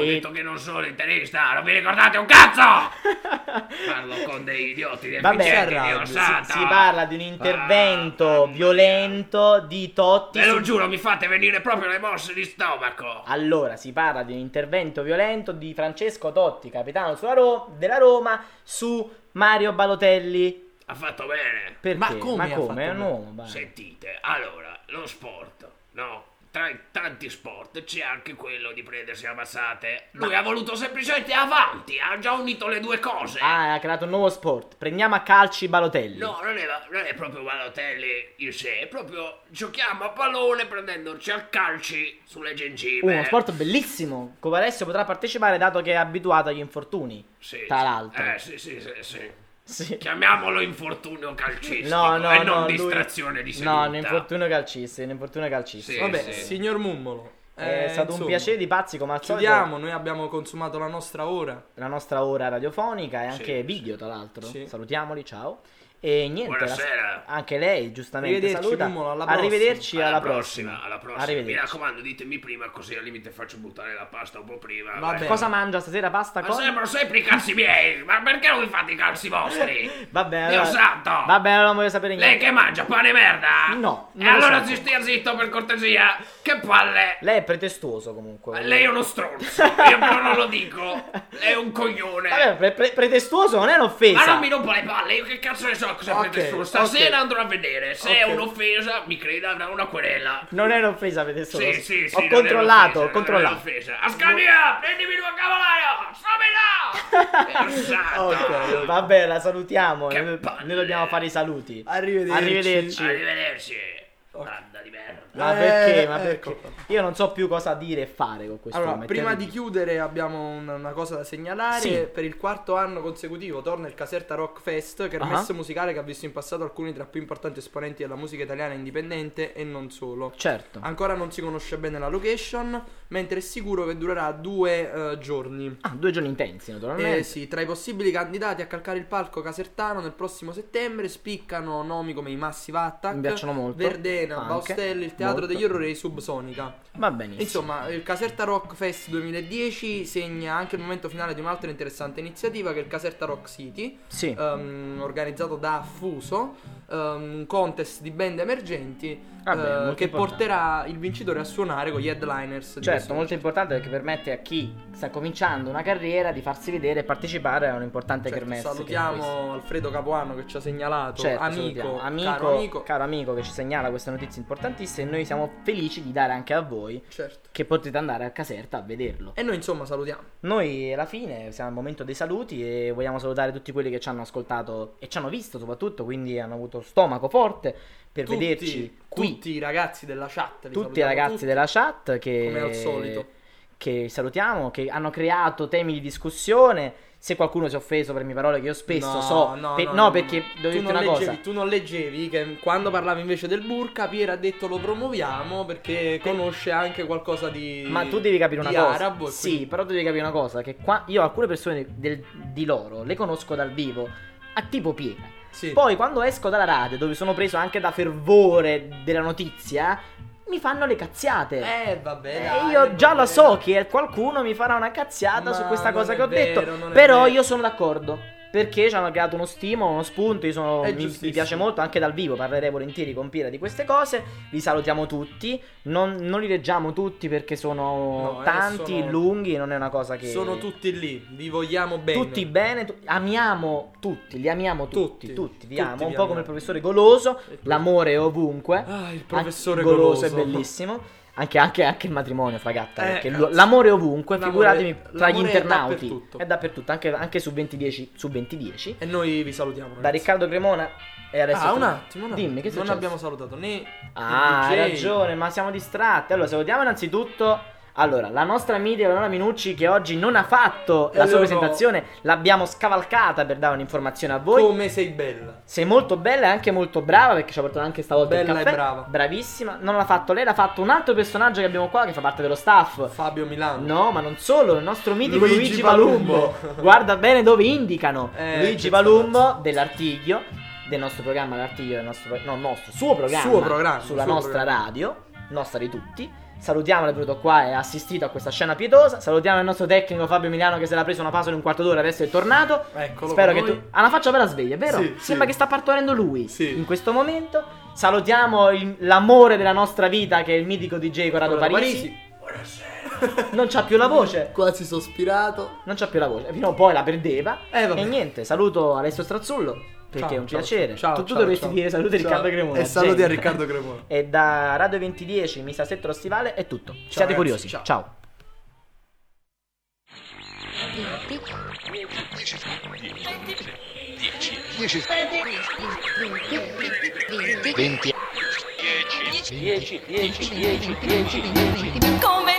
detto che non sono interista, non vi ricordate un cazzo? Parlo con dei idioti deficienti, Vabbè, Dio si, santo. si parla di un intervento Ah, violento di Totti. Ve lo su- giuro, mi fate venire proprio le mosse di stomaco. Allora, si parla di un intervento violento di Francesco Totti, capitano sulla Ro- della Roma, su Mario Balotelli. Ha fatto bene. Perché? Ma come ha fatto È un bene? uomo, vai. Sentite, allora, lo sport, no? Tra i tanti sport c'è anche quello di prendersi a mazzate. Lui ha voluto semplicemente avanti, ha già unito le due cose. Ah, ha creato un nuovo sport. Prendiamo a calci Balotelli. No, non è, non è proprio Balotelli in sé, è proprio giochiamo a pallone prendendoci a calci sulle gengive. Uno sport bellissimo. Covalessio potrà partecipare dato che è abituato agli infortuni. Sì, tra sì. l'altro. Eh, sì, sì, sì, sì. Sì. Chiamiamolo infortunio calcistico No, no, e non no, lui- distrazione di seduta. No, un infortunio calcistico, un infortunio calcistico. Sì, Vabbè, sì. signor Mummolo, È eh, stato un insomma, piacere di pazzi come al solito. chiudiamo, noi abbiamo consumato la nostra ora. La nostra ora radiofonica e Sì, anche sì. video, tra l'altro. Sì. Salutiamoli, ciao. E niente, Buonasera. la- anche lei giustamente Arrivederci, saluta. Mummolo, alla prossima. Arrivederci alla, alla prossima. prossima, alla prossima. Mi Arrivederci. raccomando, ditemi prima così al limite faccio buttare la pasta un po' prima. Va Beh. bene. Cosa mangia stasera? Pasta Ma con? sembrano sempre i cazzi miei, ma perché non vi fate i cazzi vostri? Va bene, Dio allora- santo! Va bene, non voglio sapere niente. Lei che mangia pane e merda? No, E non lo allora so. si stia zitto per cortesia. Che palle! Lei è pretestuoso comunque. Lei è uno stronzo, io però non lo dico. Lei è un coglione. Vabbè, pre- pre- pretestuoso non è un'offesa. Ma non mi rompo le palle, io che cazzo ne so cosa Ok, è pretestuoso. Stasera ok. andrò a vedere, se è Ok. un'offesa, mi creda, avrà una querela. Non è un'offesa pretestuoso. Sì, sì, sì. Ho non è controllato, un'offesa, ho controllato. Non è un'offesa. Ascania, prendimi due cavolaio, stammi là! Dio santo. Ok, Va bene, la salutiamo. Che Noi, palle. noi dobbiamo fare i saluti. Arrivederci. Arrivederci. Arrivederci. Banda di merda. Ma Eh, perché? Ma ecco perché? qua. Io non so più cosa dire e fare con questo Allora, uomo, è prima di terribile. chiudere abbiamo una, una cosa da segnalare. Sì. Per il quarto anno consecutivo torna il Caserta Rock Fest, kermesse Ah. musicale che ha visto in passato alcuni tra i più importanti esponenti della musica italiana indipendente e non solo. Certo. Ancora non si conosce bene la location, mentre è sicuro che durerà due eh, giorni. Ah, due giorni intensi, naturalmente. Eh sì, tra i possibili candidati a calcare il palco casertano nel prossimo settembre spiccano nomi come i Massive Attack, Mi piacciono molto. Verdena, Anche. Baustelli, il Teatro Molto. degli Orrori e Subsonica. Va benissimo. Insomma, il Caserta Rock Fest duemiladieci segna anche il momento finale di un'altra interessante iniziativa che è il Caserta Rock City, Sì. ehm, organizzato da Fuso, ehm, un contest di band emergenti Vabbè, eh, molto che importante. porterà il vincitore a suonare con gli headliners. di Certo, questo molto importante perché permette a chi sta cominciando una carriera di farsi vedere e partecipare a un'importante Certo, kermesse. che è questa. salutiamo Alfredo Capuano che ci ha segnalato, Certo, amico, salutiamo. amico, caro amico. caro amico che ci segnala queste notizie importantissime e noi siamo felici di dare anche a voi Certo. che potete andare a Caserta a vederlo. E noi insomma salutiamo. Noi alla fine siamo al momento dei saluti e vogliamo salutare tutti quelli che ci hanno ascoltato e ci hanno visto soprattutto, quindi hanno avuto stomaco forte per Tutti, vederci qui. tutti i ragazzi della chat, li Tutti i salutiamo ragazzi tutti. della chat che, come al solito. che salutiamo, che hanno creato temi di discussione. Se qualcuno si è offeso per le mie parole, che io spesso No, so, no, per- no, no, no, perché no. devo tu dirti non una leggevi, cosa. tu non leggevi che quando parlava invece del burka Piero ha detto lo promuoviamo perché conosce anche qualcosa di Ma tu devi capire una di cosa. arabo e Sì, quindi- però tu devi capire una cosa: che qua io alcune persone del- di loro le conosco dal vivo, a tipo Piera. sì. Poi quando esco dalla radio, dove sono preso anche da fervore della notizia, mi fanno le cazziate. Eh vabbè, E dai, io già vabbè. lo so che qualcuno mi farà una cazziata Ma su questa non cosa è che ho vero, detto. non è Però vero. io sono d'accordo. Perché ci hanno creato uno stimolo, uno spunto. Io sono, È mi, giustissimo. mi piace molto anche dal vivo. Parlerei volentieri con Pira di queste cose. Vi salutiamo tutti. Non, non li leggiamo tutti perché sono No, eh, tanti, sono- lunghi. Non è una cosa che. Sono tutti lì, vi vogliamo bene. Tutti bene, tu- amiamo tutti, li amiamo tutti, Tutti, tutti, vi tutti amo, vi un po' come amiamo. il professore Goloso, professore- l'amore è ovunque. Ah, il professore Anche Goloso. è bellissimo. Anche, anche, anche il matrimonio, fragatta, Eh, perché cazzo. l'amore è ovunque, L'amore- figuratevi tra gli l'amore è internauti. dappertutto. È dappertutto, anche, anche su venti dieci su venti dieci. E noi vi salutiamo. Da ragazzi. Riccardo Cremona e adesso Ah, tu. un attimo, un attimo. Dimmi che non successo? abbiamo salutato né Ah, il hai D J. ragione, ma siamo distratti. Allora, salutiamo innanzitutto. Allora, la nostra media, Leonora Minucci, che oggi non ha fatto la Eh, sua no. presentazione, l'abbiamo scavalcata per dare un'informazione a voi. Come sei bella. Sei molto bella e anche molto brava, perché ci ha portato anche stavolta Bella il e caffè. brava. Bravissima. Non l'ha fatto lei, l'ha fatto un altro personaggio che abbiamo qua, che fa parte dello staff. Fabio Milano. No, ma non solo, il nostro mitico Luigi, Luigi Palumbo. Palumbo. Guarda bene dove indicano. Eh, Luigi che Palumbo dell'Artiglio, del nostro programma L'Artiglio, del nostro, no, nostro, suo programma, Suo programma, sulla suo nostra programma. radio, nostra di tutti. Salutiamo, è venuto qua e ha assistito a questa scena pietosa. Salutiamo il nostro tecnico Fabio Emiliano che si era preso una pausa di un quarto d'ora, adesso è tornato. Eccolo Spero che con noi. tu... ha una faccia bella sveglia, è vero? Sì, Sembra sì. che sta partorendo lui Sì. in questo momento. Salutiamo il- l'amore della nostra vita che è il mitico D J Corrado Corrado Parisi. Non c'ha più la voce. Quasi sospirato. Non c'ha più la voce. Fino a poi la perdeva. Eh, vabbè. E niente, saluto Alessio Strazzullo. Perché Ciao, è un ciao, piacere. ciao, tu tu ciao, dovresti ciao. dire saluti a Ciao. Riccardo Cremona. E saluti gente. a Riccardo Cremona. E da Radio venti dieci, Mista Settro Stivale è tutto. Siate ragazzi, curiosi. ciao. Ciao. venti dieci dieci dieci dieci Come